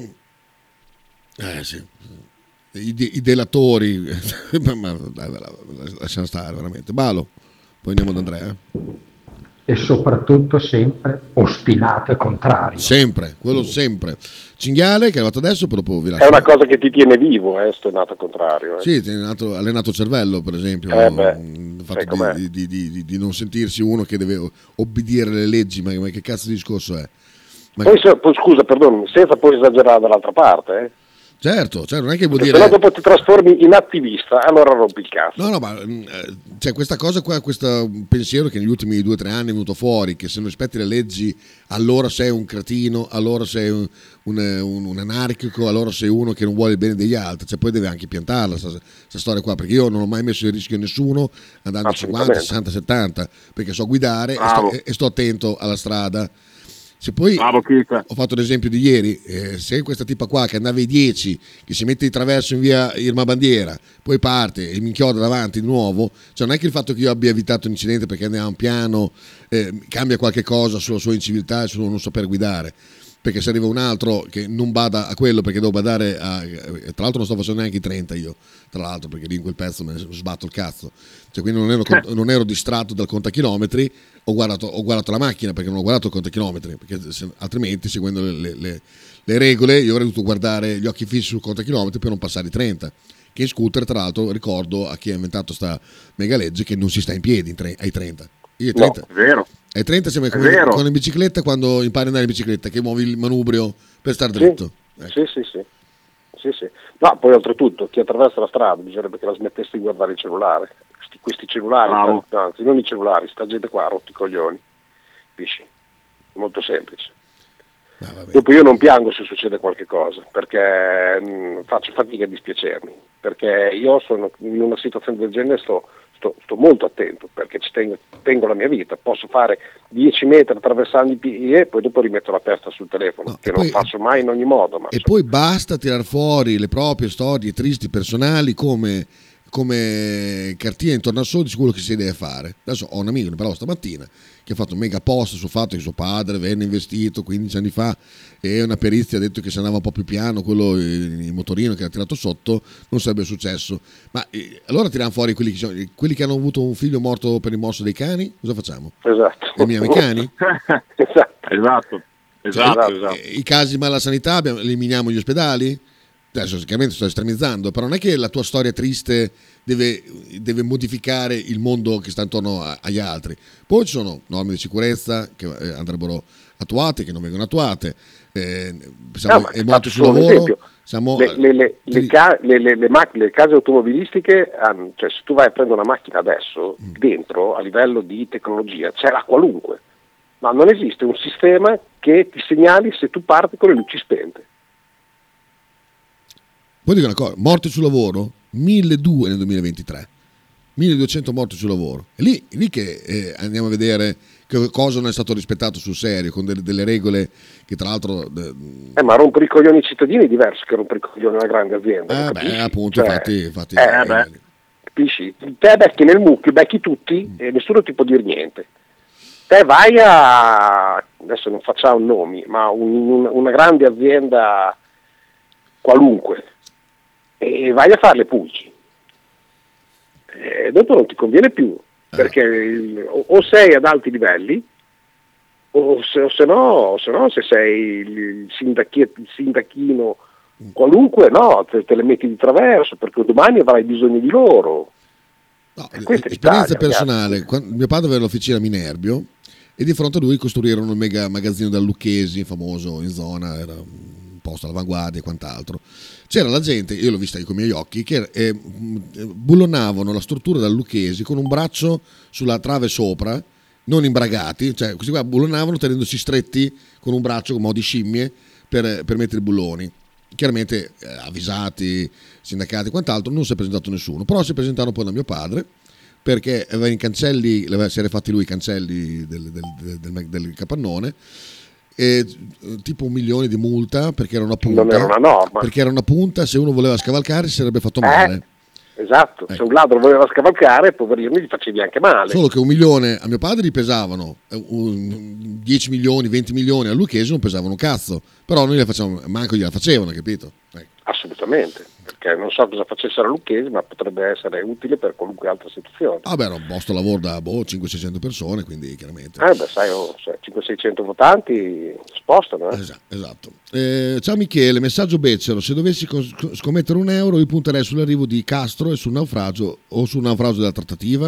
Sì. I delatori, ma lasciamo stare veramente. Balo, poi andiamo da Andrea. E soprattutto sempre ostinato e contrario. Sempre, quello sempre. Cinghiale che è arrivato adesso, però dopo vi lascio. È una cosa che ti tiene vivo, ostinato e contrario. Sì, ti ha allenato il cervello, per esempio. Il fatto di non sentirsi uno che deve obbedire alle leggi, ma che cazzo di discorso è? Poi scusa, perdonami, senza poi esagerare dall'altra parte, Certo, non è che vuol dire. Se no dopo ti trasformi in attivista, allora rompi il cazzo. No, ma c'è questa cosa qua, questo pensiero che negli ultimi 2 o 3 anni è venuto fuori, che se non rispetti le leggi allora sei un cretino, allora sei un anarchico, allora sei uno che non vuole il bene degli altri. Poi deve anche piantarla questa storia qua, perché io non ho mai messo in rischio nessuno andando a 50, 60, 70, perché so guidare e sto attento alla strada. Se poi ho fatto l'esempio di ieri, se questa tipa qua che andava ai 10, che si mette di traverso in via Irma Bandiera, poi parte e mi inchioda davanti di nuovo, non è che il fatto che io abbia evitato un incidente perché andava piano cambia qualche cosa sulla sua inciviltà e sul non saper guidare. Perché se arriva un altro che non bada a quello, perché devo badare tra l'altro non sto facendo neanche i 30 io, tra l'altro, perché lì in quel pezzo me ne sbatto il cazzo, quindi non ero distratto dal contachilometri, ho guardato la macchina perché non ho guardato il contachilometri, perché altrimenti seguendo le regole io avrei dovuto guardare gli occhi fissi sul contachilometri per non passare i 30, che in scooter tra l'altro ricordo a chi ha inventato sta mega legge che non si sta in piedi ai 30. Io 30. No, è vero. Ai 30 siamo come in bicicletta quando impari ad andare in bicicletta, che muovi il manubrio per stare dritto. Sì. No, poi oltretutto chi attraversa la strada bisognerebbe che la smettesse di guardare il cellulare. Questi cellulari, anzi non i cellulari, sta gente qua ha rotto i coglioni. Capisci? Molto semplice. Dopo io non piango se succede qualche cosa, perché faccio fatica a dispiacermi, perché io sono in una situazione del genere, sto molto attento, perché ci tengo la mia vita, posso fare 10 metri attraversando i piedi e poi dopo rimetto la testa sul telefono, che non faccio mai in ogni modo. Ma poi basta tirar fuori le proprie storie tristi personali come cartina intorno al sole di quello che si deve fare. Adesso ho un amico, ne parlavo stamattina, che ha fatto un mega post sul fatto che suo padre venne investito 15 anni fa e una perizia ha detto che se andava un po' più piano il motorino che ha tirato sotto non sarebbe successo. Ma allora tiriamo fuori quelli che hanno avuto un figlio morto per il morso dei cani, cosa facciamo? Esatto. Eliminiamo i cani? Esatto. I casi di mala sanità, eliminiamo gli ospedali? adesso chiaramente sto estremizzando, però non è che la tua storia triste deve modificare il mondo che sta intorno agli altri. Poi ci sono norme di sicurezza che andrebbero attuate, che non vengono attuate, è morto sul lavoro. Le case automobilistiche cioè se tu vai a prendere una macchina adesso, dentro a livello di tecnologia c'è la qualunque, ma non esiste un sistema che ti segnali se tu parti con le luci spente. Poi dico una cosa, morti sul lavoro 1.200 nel 2023, 1.200 morti sul lavoro, è lì che andiamo a vedere che cosa non è stato rispettato sul serio, con delle regole che tra l'altro ma rompere i coglioni ai cittadini è diverso che rompere i coglioni a una grande azienda, appunto, infatti capisci? Te becchi nel mucchio, becchi tutti e nessuno ti può dire niente. Te vai adesso non facciamo nomi, ma una grande azienda qualunque e vai a fare le pulci e dopo non ti conviene più, perché o sei ad alti livelli o se no se sei il sindachino qualunque, no, te le metti di traverso perché domani avrai bisogno di loro. Esperienza personale, mio padre aveva l'officina a Minerbio e di fronte a lui costruirono un mega magazzino dal Lucchesi, famoso in zona, era un posto all'avanguardia e quant'altro. C'era la gente, io l'ho vista con i miei occhi, che bullonavano la struttura dal Lucchesi con un braccio sulla trave sopra, non imbragati, cioè questi qua bullonavano tenendosi stretti con un braccio come di scimmie per mettere i bulloni. Chiaramente avvisati, sindacati e quant'altro, non si è presentato nessuno, però si presentarono poi da mio padre perché aveva i cancelli, si era fatti lui i cancelli del capannone, e tipo 1 milione di multa perché era una punta, non era una norma, perché era una punta, se uno voleva scavalcare si sarebbe fatto male. Esatto, se un ladro voleva scavalcare, poverino, gli facevi anche male. Solo che 1 milione a mio padre gli pesavano, 10 milioni, 20 milioni a Lucchesi non pesavano un cazzo, però noi le facciamo, manco gliela facevano, capito? Assolutamente, perché non so cosa facessero a Lucchesi, ma potrebbe essere utile per qualunque altra situazione. Era un posto lavoro da 500-600 persone, quindi chiaramente. Sai, 500-600 votanti spostano. Esatto. Ciao Michele, messaggio becero: se dovessi scommettere €1 io punterei sull'arrivo di Castro e sul naufragio della trattativa.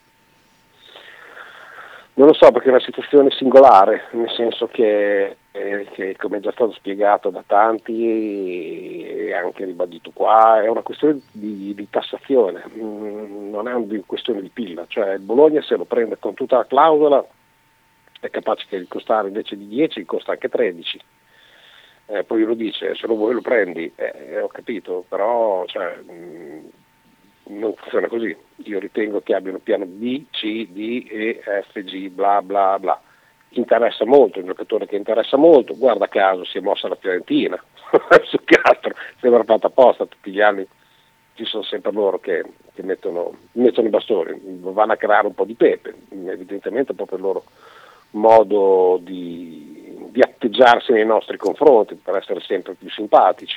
Non lo so, perché è una situazione singolare, nel senso che come è già stato spiegato da tanti e anche ribadito qua, è una questione di tassazione, non è una questione di pilla, cioè il Bologna se lo prende con tutta la clausola è capace che costare invece di 10 costa anche 13. Poi lo dice, se lo vuoi lo prendi, ho capito, però non funziona così. Io ritengo che abbiano piano B, C, D, E, F, G, bla bla bla. Interessa molto, un giocatore che interessa molto, guarda caso si è mossa la Fiorentina, su che altro, sembra fatta apposta, tutti gli anni ci sono sempre loro che mettono i bastoni, vanno a creare un po' di pepe, evidentemente è proprio il loro modo di atteggiarsi nei nostri confronti per essere sempre più simpatici.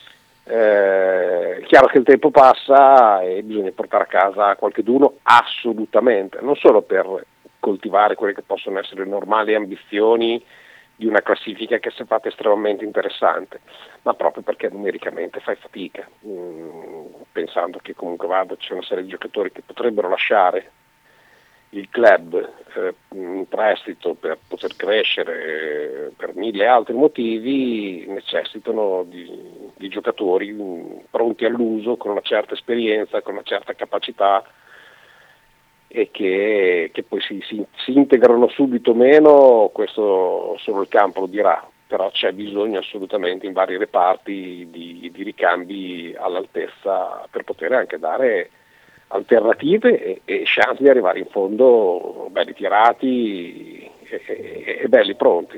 È chiaro che il tempo passa e bisogna portare a casa qualcheduno, assolutamente, non solo per coltivare quelle che possono essere le normali ambizioni di una classifica che si è fatta estremamente interessante, ma proprio perché numericamente fai fatica, pensando che comunque c'è una serie di giocatori che potrebbero lasciare il club in prestito per poter crescere per 1000 altri motivi, necessitano di giocatori pronti all'uso, con una certa esperienza, con una certa capacità, e che poi si integrano subito o meno, questo solo il campo lo dirà, però c'è bisogno assolutamente in vari reparti di ricambi all'altezza per poter anche dare alternative e chance di arrivare in fondo belli tirati e belli pronti.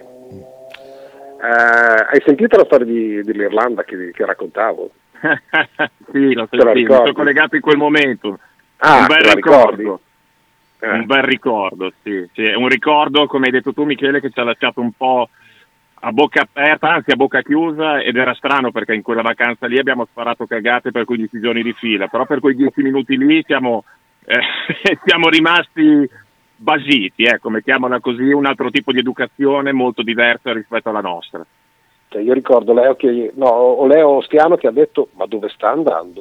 Hai sentito la storia dell'Irlanda che raccontavo? Sì, l'ho sentito, mi sono collegato in quel momento. Un bel ricordo. Un bel ricordo, sì. È un ricordo, come hai detto tu Michele, che ci ha lasciato un po' a bocca aperta, anzi a bocca chiusa, ed era strano perché in quella vacanza lì abbiamo sparato cagate per 15 giorni di fila, però per quei 10 minuti lì siamo rimasti basiti, mettiamola così, un altro tipo di educazione molto diversa rispetto alla nostra. Cioè, io ricordo Leo Ostiano che ha detto: ma dove sta andando?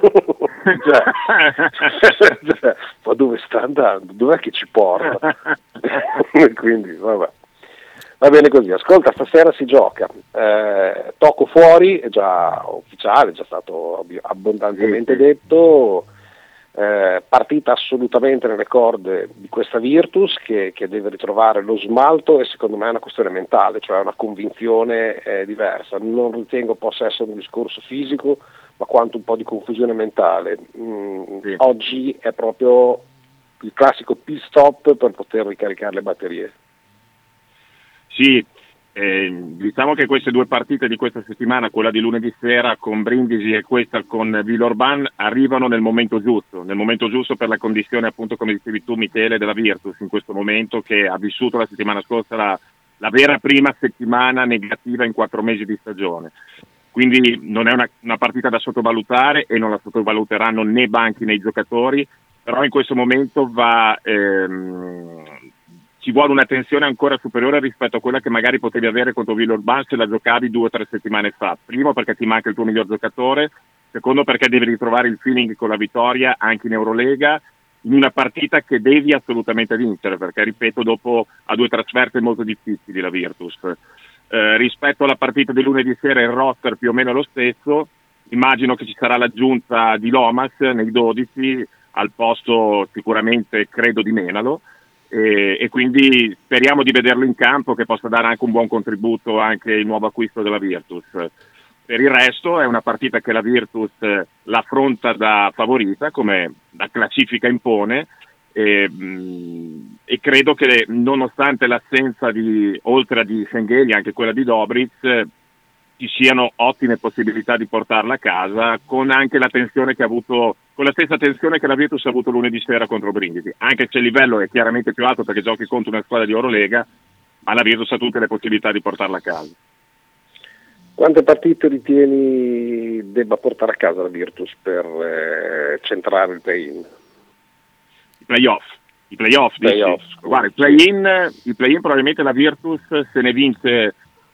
Ma dove sta andando? Dov'è che ci porta? Quindi vabbè. Va bene così. Ascolta, stasera si gioca. Tocco fuori, è già ufficiale, è già stato abbondantemente detto. Partita assolutamente nelle corde di questa Virtus che deve ritrovare lo smalto, e secondo me è una questione mentale, cioè una convinzione diversa. Non ritengo possa essere un discorso fisico, ma quanto un po' di confusione mentale. Oggi è proprio il classico pit stop per poter ricaricare le batterie. Sì, diciamo che queste due partite di questa settimana, quella di lunedì sera con Brindisi e questa con Villeurbanne, arrivano nel momento giusto per la condizione, appunto, come dicevi tu Michele, della Virtus in questo momento, che ha vissuto la settimana scorsa la vera prima settimana negativa in 4 mesi di stagione. Quindi non è una partita da sottovalutare, e non la sottovaluteranno né banchi né i giocatori, però in questo momento ci vuole una tensione ancora superiore rispetto a quella che magari potevi avere contro Villeurbanne se la giocavi 2 o 3 settimane fa. Primo, perché ti manca il tuo miglior giocatore; secondo, perché devi ritrovare il feeling con la vittoria anche in Eurolega, in una partita che devi assolutamente vincere, perché, ripeto, dopo ha 2 trasferte molto difficili la Virtus. Rispetto alla partita di lunedì sera il roster più o meno è lo stesso. Immagino che ci sarà l'aggiunta di Lomas nei 12 al posto, sicuramente, credo, di Menalo. E quindi speriamo di vederlo in campo, che possa dare anche un buon contributo anche il nuovo acquisto della Virtus. Per il resto è una partita che la Virtus l'affronta da favorita, come la classifica impone, e credo che, nonostante l'assenza oltre a di Schengelia, anche quella di Dobrich, ci siano ottime possibilità di portarla a casa, con anche la tensione che ha avuto, con la stessa tensione che la Virtus ha avuto lunedì sera contro Brindisi, anche se il livello è chiaramente più alto perché giochi contro una squadra di Eurolega, ma la Virtus ha tutte le possibilità di portarla a casa. Quante partite ritieni debba portare a casa la Virtus per centrare il play-in? I playoff. Guarda, il play-in probabilmente la Virtus, se ne vince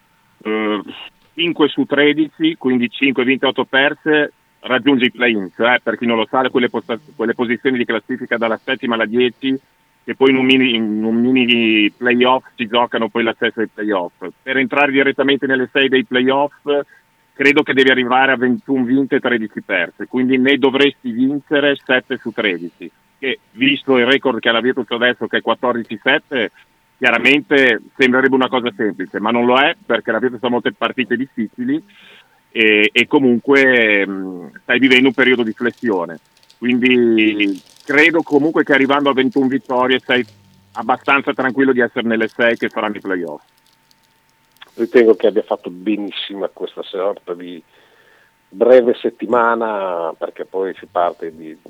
5 su 13, quindi 5 vinte 8 perse, raggiunge i play-in, cioè, per chi non lo sa, quelle posizioni di classifica dalla 7ª alla 10, che poi in un mini play-off si giocano poi l'accesso ai play-off. Per entrare direttamente nelle 6 dei play-off credo che devi arrivare a 21 vinte e 13 perse, quindi ne dovresti vincere 7 su 13, che, visto il record che ha la Virtus adesso, che è 14-7, chiaramente sembrerebbe una cosa semplice, ma non lo è, perché la Virtus ha molte partite difficili e comunque stai vivendo un periodo di flessione. Quindi credo comunque che arrivando a 21 vittorie sei abbastanza tranquillo di essere nelle 6 che faranno i playoff. Ritengo che abbia fatto benissimo a questa sorta di breve settimana, perché poi si parte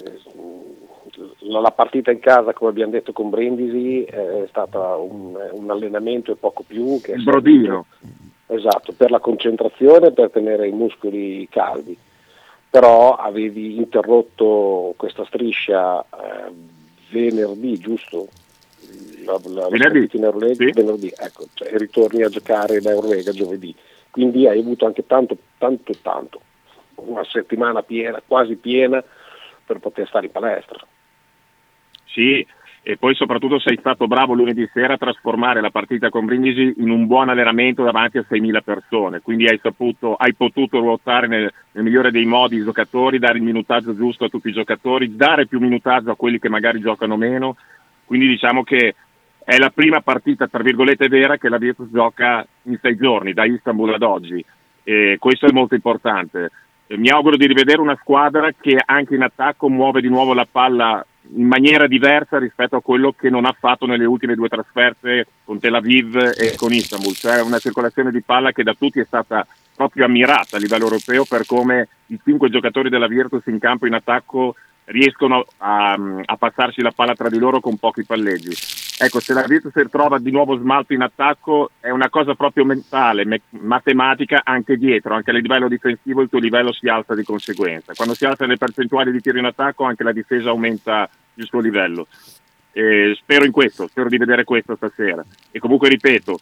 la partita in casa, come abbiamo detto con Brindisi, è stata un allenamento e poco più, che è il brodino. Esatto, per la concentrazione, per tenere i muscoli caldi. Però avevi interrotto questa striscia venerdì, giusto? Venerdì. In Eurolega, sì. Venerdì, ecco, cioè, ritorni a giocare in Eurolega giovedì. Quindi hai avuto anche tanto, una settimana piena, quasi piena, per poter stare in palestra. Sì, e poi soprattutto sei stato bravo lunedì sera a trasformare la partita con Brindisi in un buon allenamento davanti a 6.000 persone, quindi hai potuto ruotare nel migliore dei modi i giocatori, dare il minutaggio giusto a tutti i giocatori, dare più minutaggio a quelli che magari giocano meno, quindi diciamo che è la prima partita, tra virgolette, vera che la Virtus gioca in 6 giorni, da Istanbul ad oggi, e questo è molto importante. Mi auguro di rivedere una squadra che anche in attacco muove di nuovo la palla in maniera diversa rispetto a quello che non ha fatto nelle ultime 2 trasferte con Tel Aviv e con Istanbul, cioè una circolazione di palla che da tutti è stata proprio ammirata a livello europeo, per come i 5 giocatori della Virtus in campo in attacco riescono a passarsi la palla tra di loro con pochi palleggi. Ecco, se la Virtus trova di nuovo smalto in attacco è una cosa proprio mentale, matematica, anche dietro, anche a livello difensivo il tuo livello si alza di conseguenza. Quando si alzano le percentuali di tiro in attacco anche la difesa aumenta il suo livello. Spero di vedere questo stasera. E comunque ripeto,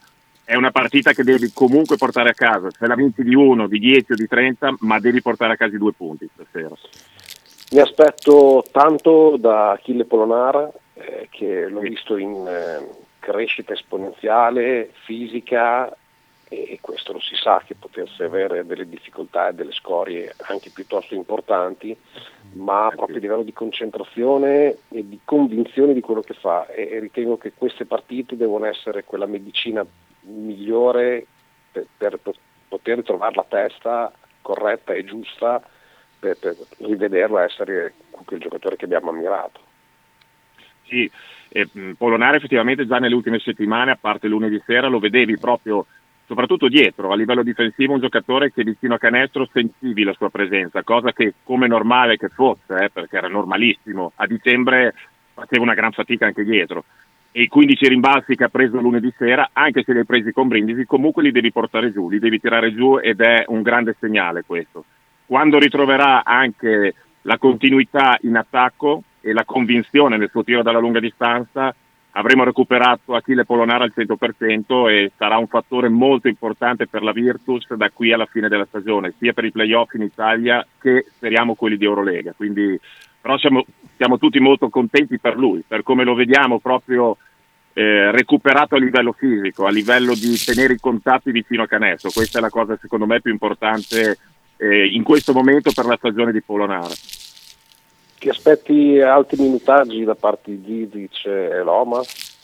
è una partita che devi comunque portare a casa, se la vinci di 1, di 10 o di 30, ma devi portare a casa i 2 punti stasera. Mi aspetto tanto da Achille Polonara, che l'ho visto in crescita esponenziale, fisica, e questo lo si sa che potesse avere delle difficoltà e delle scorie anche piuttosto importanti, ma proprio a livello di concentrazione e di convinzione di quello che fa, e ritengo che queste partite devono essere quella medicina migliore per poter trovare la testa corretta e giusta per rivederlo essere quel giocatore che abbiamo ammirato. Sì, Polonara effettivamente già nelle ultime settimane, a parte lunedì sera, lo vedevi proprio, soprattutto dietro, a livello difensivo, un giocatore che vicino a canestro sentivi la sua presenza, cosa che come normale che fosse, perché era normalissimo, a dicembre faceva una gran fatica anche dietro, e i 15 rimbalzi che ha preso lunedì sera, anche se li hai presi con Brindisi, comunque li devi portare giù, li devi tirare giù, ed è un grande segnale questo. Quando ritroverà anche la continuità in attacco e la convinzione nel suo tiro dalla lunga distanza, avremo recuperato Achille Polonara al 100% e sarà un fattore molto importante per la Virtus da qui alla fine della stagione, sia per i playoff in Italia che speriamo quelli di Eurolega. Quindi, però siamo tutti molto contenti per lui, per come lo vediamo proprio recuperato a livello fisico, a livello di tenere i contatti vicino a canestro. Questa è la cosa secondo me più importante in questo momento per la stagione di Polonara. Ti aspetti alti minutaggi da parte di Zizic e Loma?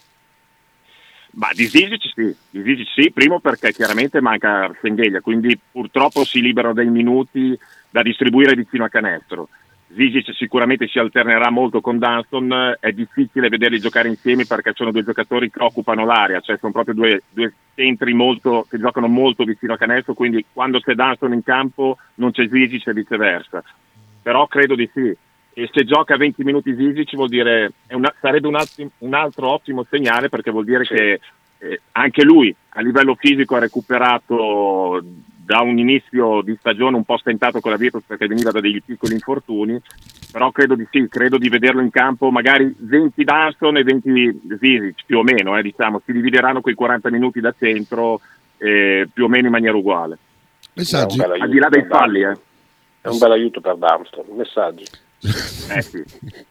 Ma di Zizic sì, primo perché chiaramente manca Senghelia, quindi purtroppo si liberano dei minuti da distribuire vicino a canestro. Zizic sicuramente si alternerà molto con Dunston, è difficile vederli giocare insieme perché sono due giocatori che occupano l'area, cioè sono proprio due centri che giocano molto vicino a canestro, quindi quando c'è Dunston in campo non c'è Zizic e viceversa. Però credo di sì. E se gioca 20 minuti Zizic vuol dire sarebbe un altro ottimo segnale, perché vuol dire che anche lui a livello fisico ha recuperato da un inizio di stagione un po' stentato con la Virtus perché veniva da dei piccoli infortuni, però credo di vederlo in campo magari 20 Dunston e 20 Zizic più o meno, diciamo, si divideranno quei 40 minuti da centro più o meno in maniera uguale. Messaggi? Al di là dei falli. È un bel aiuto per Dunston. Messaggi? Sì.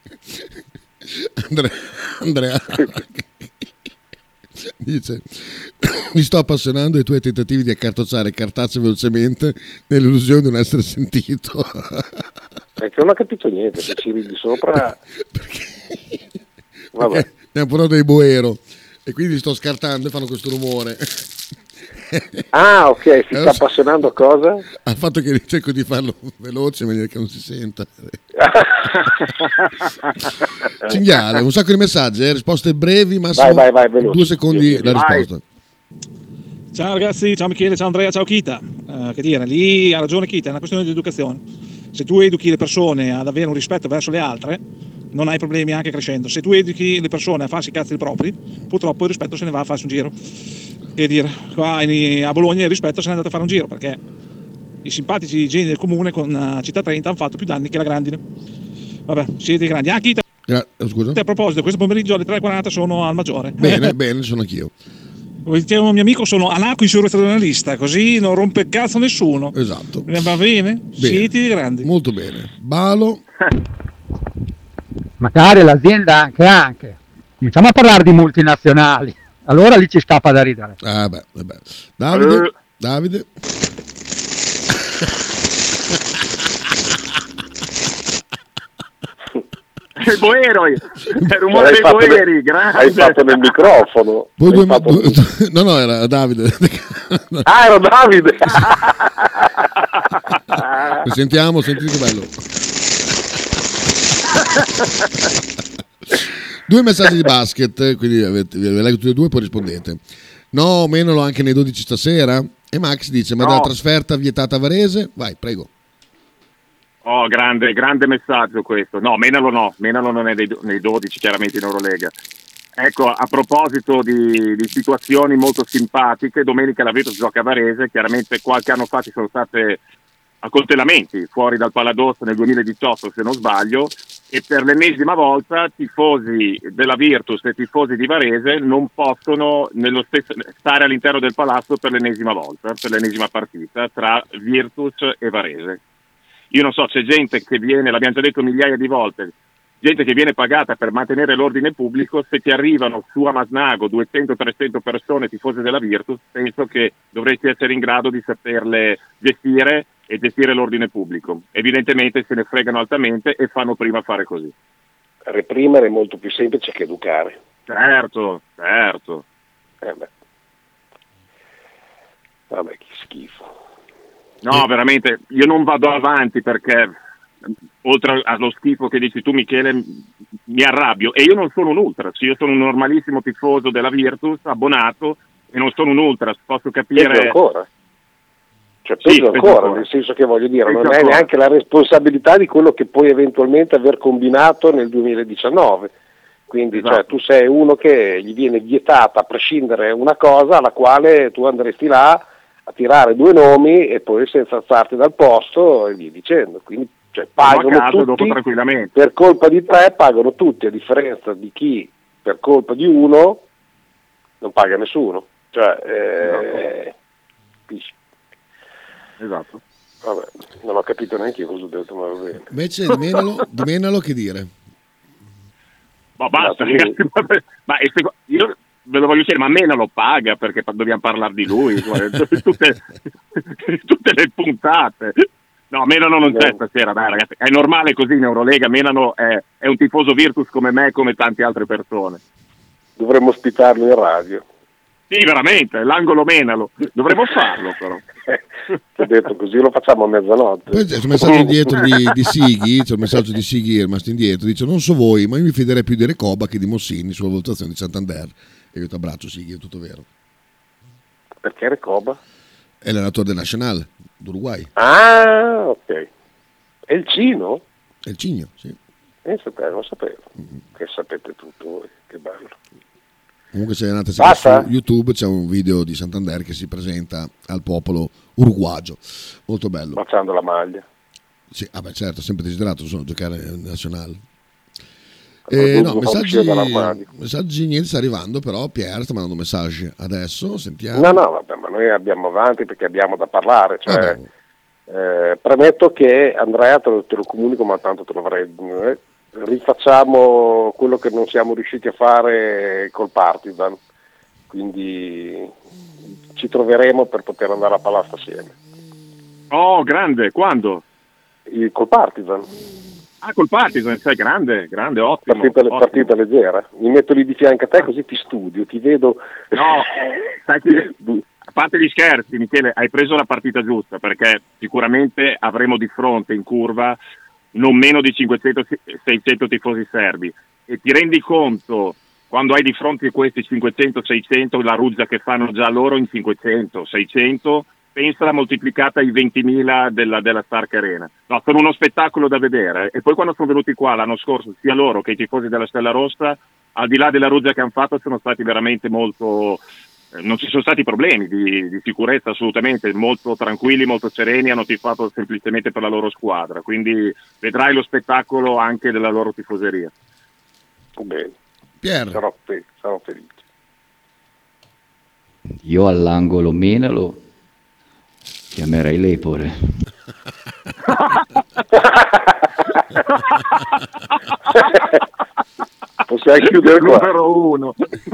Andrea dice: mi sto appassionando ai tuoi tentativi di accartocciare cartacee velocemente nell'illusione di non essere sentito. Perché non ho capito niente, se ci ridi sopra. Vabbè. Perché ne hanno portato dei boero e quindi sto scartando e fanno questo rumore. Ah, ok, si sta appassionando a cosa? Al fatto che cerco di farlo veloce in maniera che non si senta. Cinghiale, un sacco di messaggi, risposte brevi, massimo vai, veloce. 2 secondi la risposta. Ciao ragazzi, ciao Michele, ciao Andrea, ciao Kita. Che dire, lì ha ragione Kita, è una questione di educazione. Se tu educhi le persone ad avere un rispetto verso le altre, non hai problemi anche crescendo. Se tu educhi le persone a farsi i cazzi propri, purtroppo il rispetto se ne va a farsi un giro. Che dire, qua a Bologna il rispetto se ne è andato a fare un giro, perché i simpatici geni del comune con Città 30 hanno fatto più danni che la grandine. Vabbè, siete grandi. Kita, scusa? a proposito, questo pomeriggio alle 3:40 sono al Maggiore. Bene, sono anch'io. Come diceva un mio amico, sono anarco-insurrezionalista, così non rompe il cazzo nessuno. Esatto. Va bene? Siete grandi. Molto bene. Balo. Magari l'azienda anche. Iniziamo a parlare di multinazionali. Allora lì ci scappa da ridere. Vabbè. Davide. Il boero, il rumore dei boeri, grande. Hai fatto nel microfono. No, era Davide. Era Davide. Sentiamo, sentite che bello. 2 messaggi di basket, quindi ve leggo tutti e 2 e poi rispondete. No, menalo anche nei 12 stasera. E Max dice: ma della trasferta vietata a Varese? Vai, prego. Oh, grande messaggio questo. No, menalo non è nei 12, chiaramente in Eurolega. Ecco, a proposito di situazioni molto simpatiche, domenica la Virtus gioca a Varese, chiaramente qualche anno fa ci sono state accoltellamenti fuori dal Paladozzo nel 2018 se non sbaglio, e per l'ennesima volta tifosi della Virtus e tifosi di Varese non possono stare all'interno del palazzo per l'ennesima volta, per l'ennesima partita tra Virtus e Varese. Io non so, c'è gente che viene, l'abbiamo già detto migliaia di volte, gente che viene pagata per mantenere l'ordine pubblico. Se ti arrivano su a Masnago 200-300 persone tifose della Virtus, penso che dovresti essere in grado di saperle gestire e gestire l'ordine pubblico. Evidentemente se ne fregano altamente e fanno prima fare così. Reprimere è molto più semplice che educare. Certo. Vabbè, che schifo. No, veramente, io non vado avanti perché oltre allo schifo che dici tu, Michele, mi arrabbio. E io non sono un ultras, io sono un normalissimo tifoso della Virtus, abbonato, e non sono un ultras, posso capire... Peggio ancora. Cioè peggio ancora, nel senso che voglio dire, non hai neanche la responsabilità di quello che puoi eventualmente aver combinato nel 2019. Quindi esatto. Cioè, tu sei uno che gli viene vietata a prescindere una cosa alla quale tu andresti là a tirare due nomi e poi senza alzarti dal posto e via dicendo. Quindi cioè, pagano tutti, dopo tranquillamente. Per colpa di te pagano tutti, a differenza di chi per colpa di uno non paga nessuno. Cioè, esatto. Vabbè, non ho capito neanche io cosa ho detto, ma va bene. Invece di Menalo che dire? Ma basta, ragazzi, io ve lo voglio chiedere, ma Menalo paga perché dobbiamo parlare di lui tutte le puntate. No, Menalo non c'è stasera, dai ragazzi, è normale così in Eurolega. Menalo è un tifoso Virtus come me e come tante altre persone. Dovremmo ospitarlo in radio. Sì, veramente, l'angolo Menalo, dovremmo farlo però. Ti ho detto, così lo facciamo a mezzanotte. Poi c'è un messaggio indietro di Sighi, c'è un messaggio di Sighi, è rimasto indietro, dice: non so voi, ma io mi fiderei più di Recoba che di Mossini sulla valutazione di Santander. E io ti abbraccio, Sighi, è tutto vero. Perché Recoba? È l'allenatore del Nacional d'Uruguay. Ah, ok. È il Cino? È il Cigno, sì. Lo sapevo. Che sapete tutto voi, che bello. Comunque se andate su YouTube c'è un video di Santander che si presenta al popolo uruguagio, molto bello. Baciando la maglia. Sì, certo, sempre desiderato giocare nel Nazionale. Messaggi niente sta arrivando, però Pierre sta mandando messaggi adesso, sentiamo. No, vabbè, ma noi abbiamo avanti perché abbiamo da parlare, cioè, premetto che Andrea te lo comunico, ma tanto te lo avrei... rifacciamo quello che non siamo riusciti a fare col Partizan, quindi ci troveremo per poter andare a Palazzo assieme. Oh, grande, quando? Col Partizan. Ah, col Partizan, sei grande, ottimo. Partita leggera, mi metto lì di fianco a te così ti studio, ti vedo. No, sai che, a parte gli scherzi, Michele, hai preso la partita giusta, perché sicuramente avremo di fronte in curva non meno di 500-600 tifosi serbi, e ti rendi conto quando hai di fronte questi 500-600 la ruzza che fanno già loro in 500-600, pensa moltiplicata ai 20.000 della Stark Arena. No, sono uno spettacolo da vedere. E poi quando sono venuti qua l'anno scorso, sia loro che i tifosi della Stella Rossa, al di là della ruzza che hanno fatto, sono stati veramente molto... non ci sono stati problemi di sicurezza, assolutamente, molto tranquilli, molto sereni, hanno tifato semplicemente per la loro squadra, quindi vedrai lo spettacolo anche della loro tifoseria. Bene, Pierre. Sarò felice. Io all'angolo Menalo chiamerei l'Epore. Possiamo chiudere qua. Numero 1.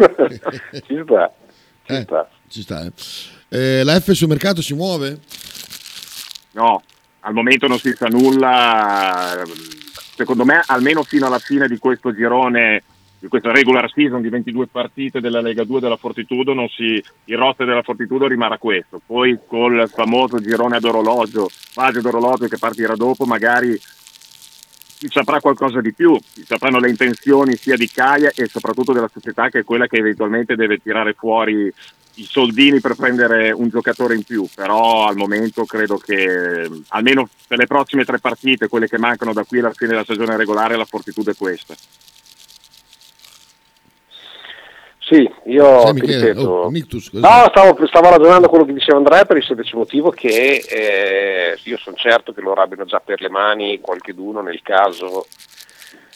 Ci sta. La F sul mercato si muove? No, al momento non si sa nulla. Secondo me, almeno fino alla fine di questo girone, di questa regular season di 22 partite della Lega 2 della Fortitudo, il roster della Fortitudo rimarrà questo. Poi col famoso girone ad orologio, fase d'orologio che partirà dopo, magari si saprà qualcosa di più, si sapranno le intenzioni sia di Caia e soprattutto della società, che è quella che eventualmente deve tirare fuori i soldini per prendere un giocatore in più. Però al momento credo che almeno per le prossime 3 partite, quelle che mancano da qui alla fine della stagione regolare, la Fortitudo è questa. Sì, io ti ripeto, stavo ragionando quello che diceva Andrea, per il semplice motivo che io sono certo che loro abbiano già per le mani qualcheduno nel caso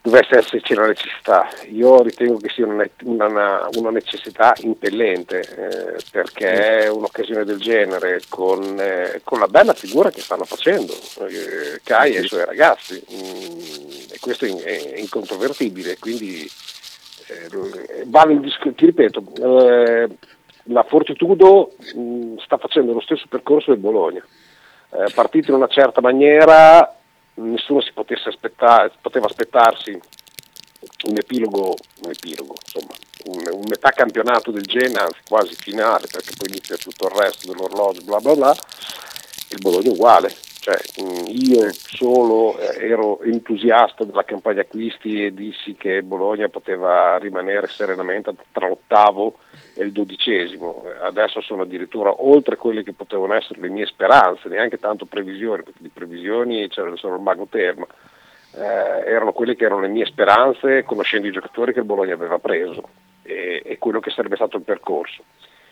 dovesse esserci la necessità. Io ritengo che sia una necessità impellente, perché un'occasione del genere con la bella figura che stanno facendo Kai e i suoi ragazzi, e questo è incontrovertibile, quindi vale ti ripeto, la Fortitudo sta facendo lo stesso percorso del Bologna, partito in una certa maniera, nessuno si poteva aspettarsi un epilogo, insomma, un metà campionato del Genoa, anzi quasi finale, perché poi inizia tutto il resto dell'orologio, bla bla bla. Il Bologna è uguale, cioè io solo ero entusiasta della campagna acquisti e dissi che Bologna poteva rimanere serenamente tra l'8º e il 12º, adesso sono addirittura oltre quelle che potevano essere le mie speranze, neanche tanto previsioni, perché di previsioni c'era solo il mago Terma, erano quelle che erano le mie speranze conoscendo i giocatori che il Bologna aveva preso e quello che sarebbe stato il percorso.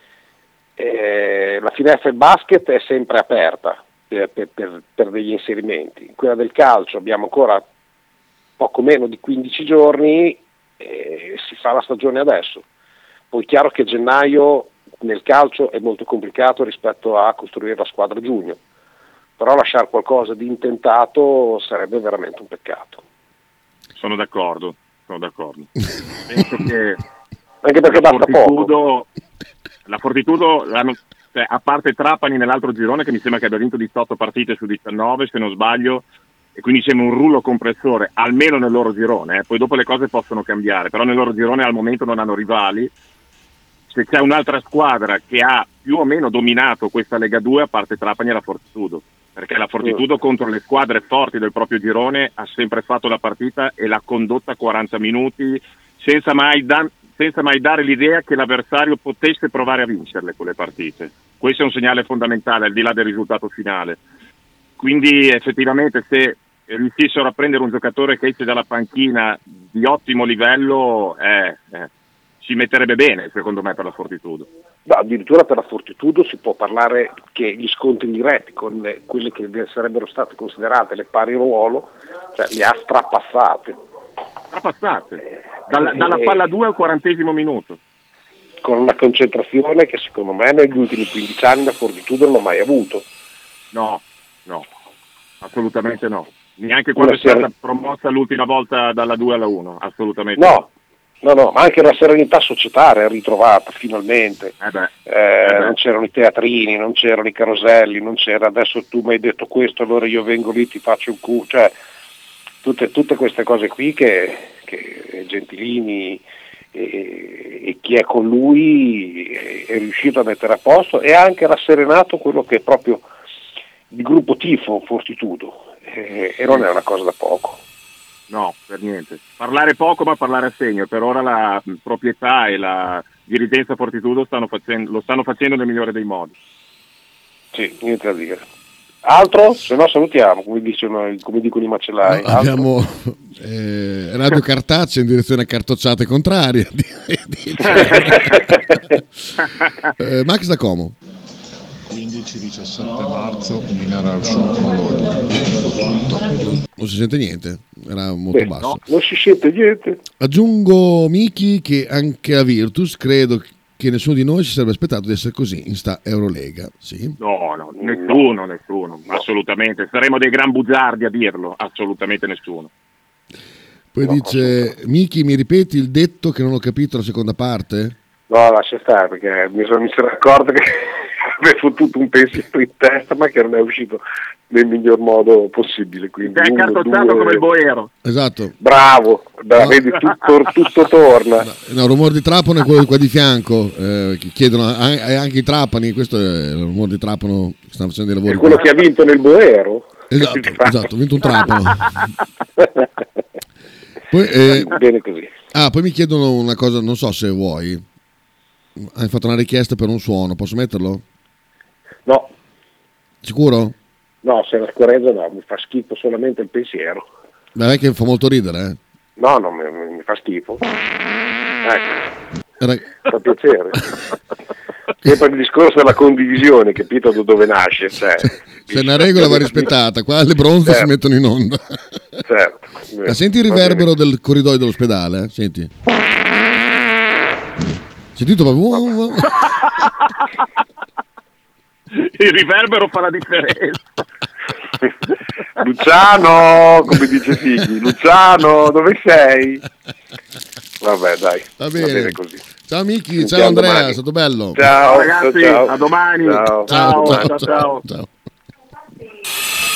La finestra del basket è sempre aperta per degli inserimenti, quella del calcio abbiamo ancora poco meno di 15 giorni e si fa la stagione adesso. Poi è chiaro che gennaio nel calcio è molto complicato rispetto a costruire la squadra giugno, però lasciare qualcosa di intentato sarebbe veramente un peccato. Sono d'accordo. Penso che anche perché basta poco. La Fortitudo, a parte Trapani nell'altro girone, che mi sembra che abbia vinto 18 partite su 19, se non sbaglio, e quindi sembra un rullo compressore, almeno nel loro girone, poi dopo le cose possono cambiare, però nel loro girone al momento non hanno rivali. Se c'è un'altra squadra che ha più o meno dominato questa Lega 2, a parte Trapani, è la Fortitudo, perché la Fortitudo contro le squadre forti del proprio girone ha sempre fatto la partita e l'ha condotta 40 minuti senza mai dare l'idea che l'avversario potesse provare a vincerle quelle partite. Questo è un segnale fondamentale al di là del risultato finale. Quindi effettivamente se riuscissero a prendere un giocatore che esce dalla panchina di ottimo livello, ci metterebbe bene secondo me per la Fortitudo. No, addirittura per la Fortitudo si può parlare che gli scontri diretti con quelle che sarebbero state considerate le pari ruolo, cioè le ha strapassate. Dalla palla 2 al 40° minuto. Con una concentrazione che secondo me negli ultimi 15 anni la Fortitudo non ha mai avuto. No, assolutamente no. Neanche quando è stata promossa l'ultima volta dalla 2 alla 1, assolutamente no, ma anche la serenità societaria ritrovata finalmente. Non c'erano i teatrini, non c'erano i caroselli, non c'era adesso tu mi hai detto questo, allora io vengo lì, ti faccio un culo, cioè tutte queste cose qui che Gentilini e chi è con lui è riuscito a mettere a posto e ha anche rasserenato quello che è proprio il gruppo tifo Fortitudo, e non è una cosa da poco. No, per niente. Parlare poco ma parlare a segno. Per ora la proprietà e la dirigenza Fortitudo lo stanno facendo nel migliore dei modi. Sì, niente da dire. Altro? Se no salutiamo, come dicono i macellai. No, abbiamo Radio Cartacea in direzione a cartocciate contrarie. Max da Como. 15-17 marzo Mineral Shop Bologna. Non si sente niente, era molto basso. No, non si sente niente. Aggiungo Miki che anche a Virtus credo che nessuno di noi si sarebbe aspettato di essere così in sta Eurolega. Sì? No, nessuno, assolutamente. Saremo dei gran bugiardi a dirlo, assolutamente nessuno. Poi dice Miki, mi ripeti il detto che non ho capito la seconda parte? No, lascia stare, perché mi sono accorto che avevo fottuto un pensiero in testa, ma che non è uscito nel miglior modo possibile. Quindi è cartocciato come il boero. Esatto. Bravo, vedi, tutto torna. No, rumore di Trapano è quello qua di fianco, chiedono anche i Trapani, questo è il rumore di Trapano che stanno facendo dei lavori. È quello che ha vinto nel boero? Esatto, ha vinto un Trapano. Poi, bene così. Poi mi chiedono una cosa, non so se vuoi. Hai fatto una richiesta per un suono, posso metterlo? No. Sicuro? No, se la scorreggia no, mi fa schifo solamente il pensiero. Beh, è che fa molto ridere, eh? No, mi fa schifo. Ecco. Fa piacere. Sempre il discorso della condivisione, capito da dove nasce. Cioè, se una regola va rispettata, qua le bronze si mettono in onda. Certo, Senti il riverbero del corridoio dell'ospedale? Senti. Sentito proprio? Il riverbero fa la differenza. Luciano, come dice Figli, Luciano, dove sei? Vabbè, dai, va bene così. Ciao Miki, ciao Andrea, domani. È stato bello. Ciao ragazzi, ciao. A domani. Ciao.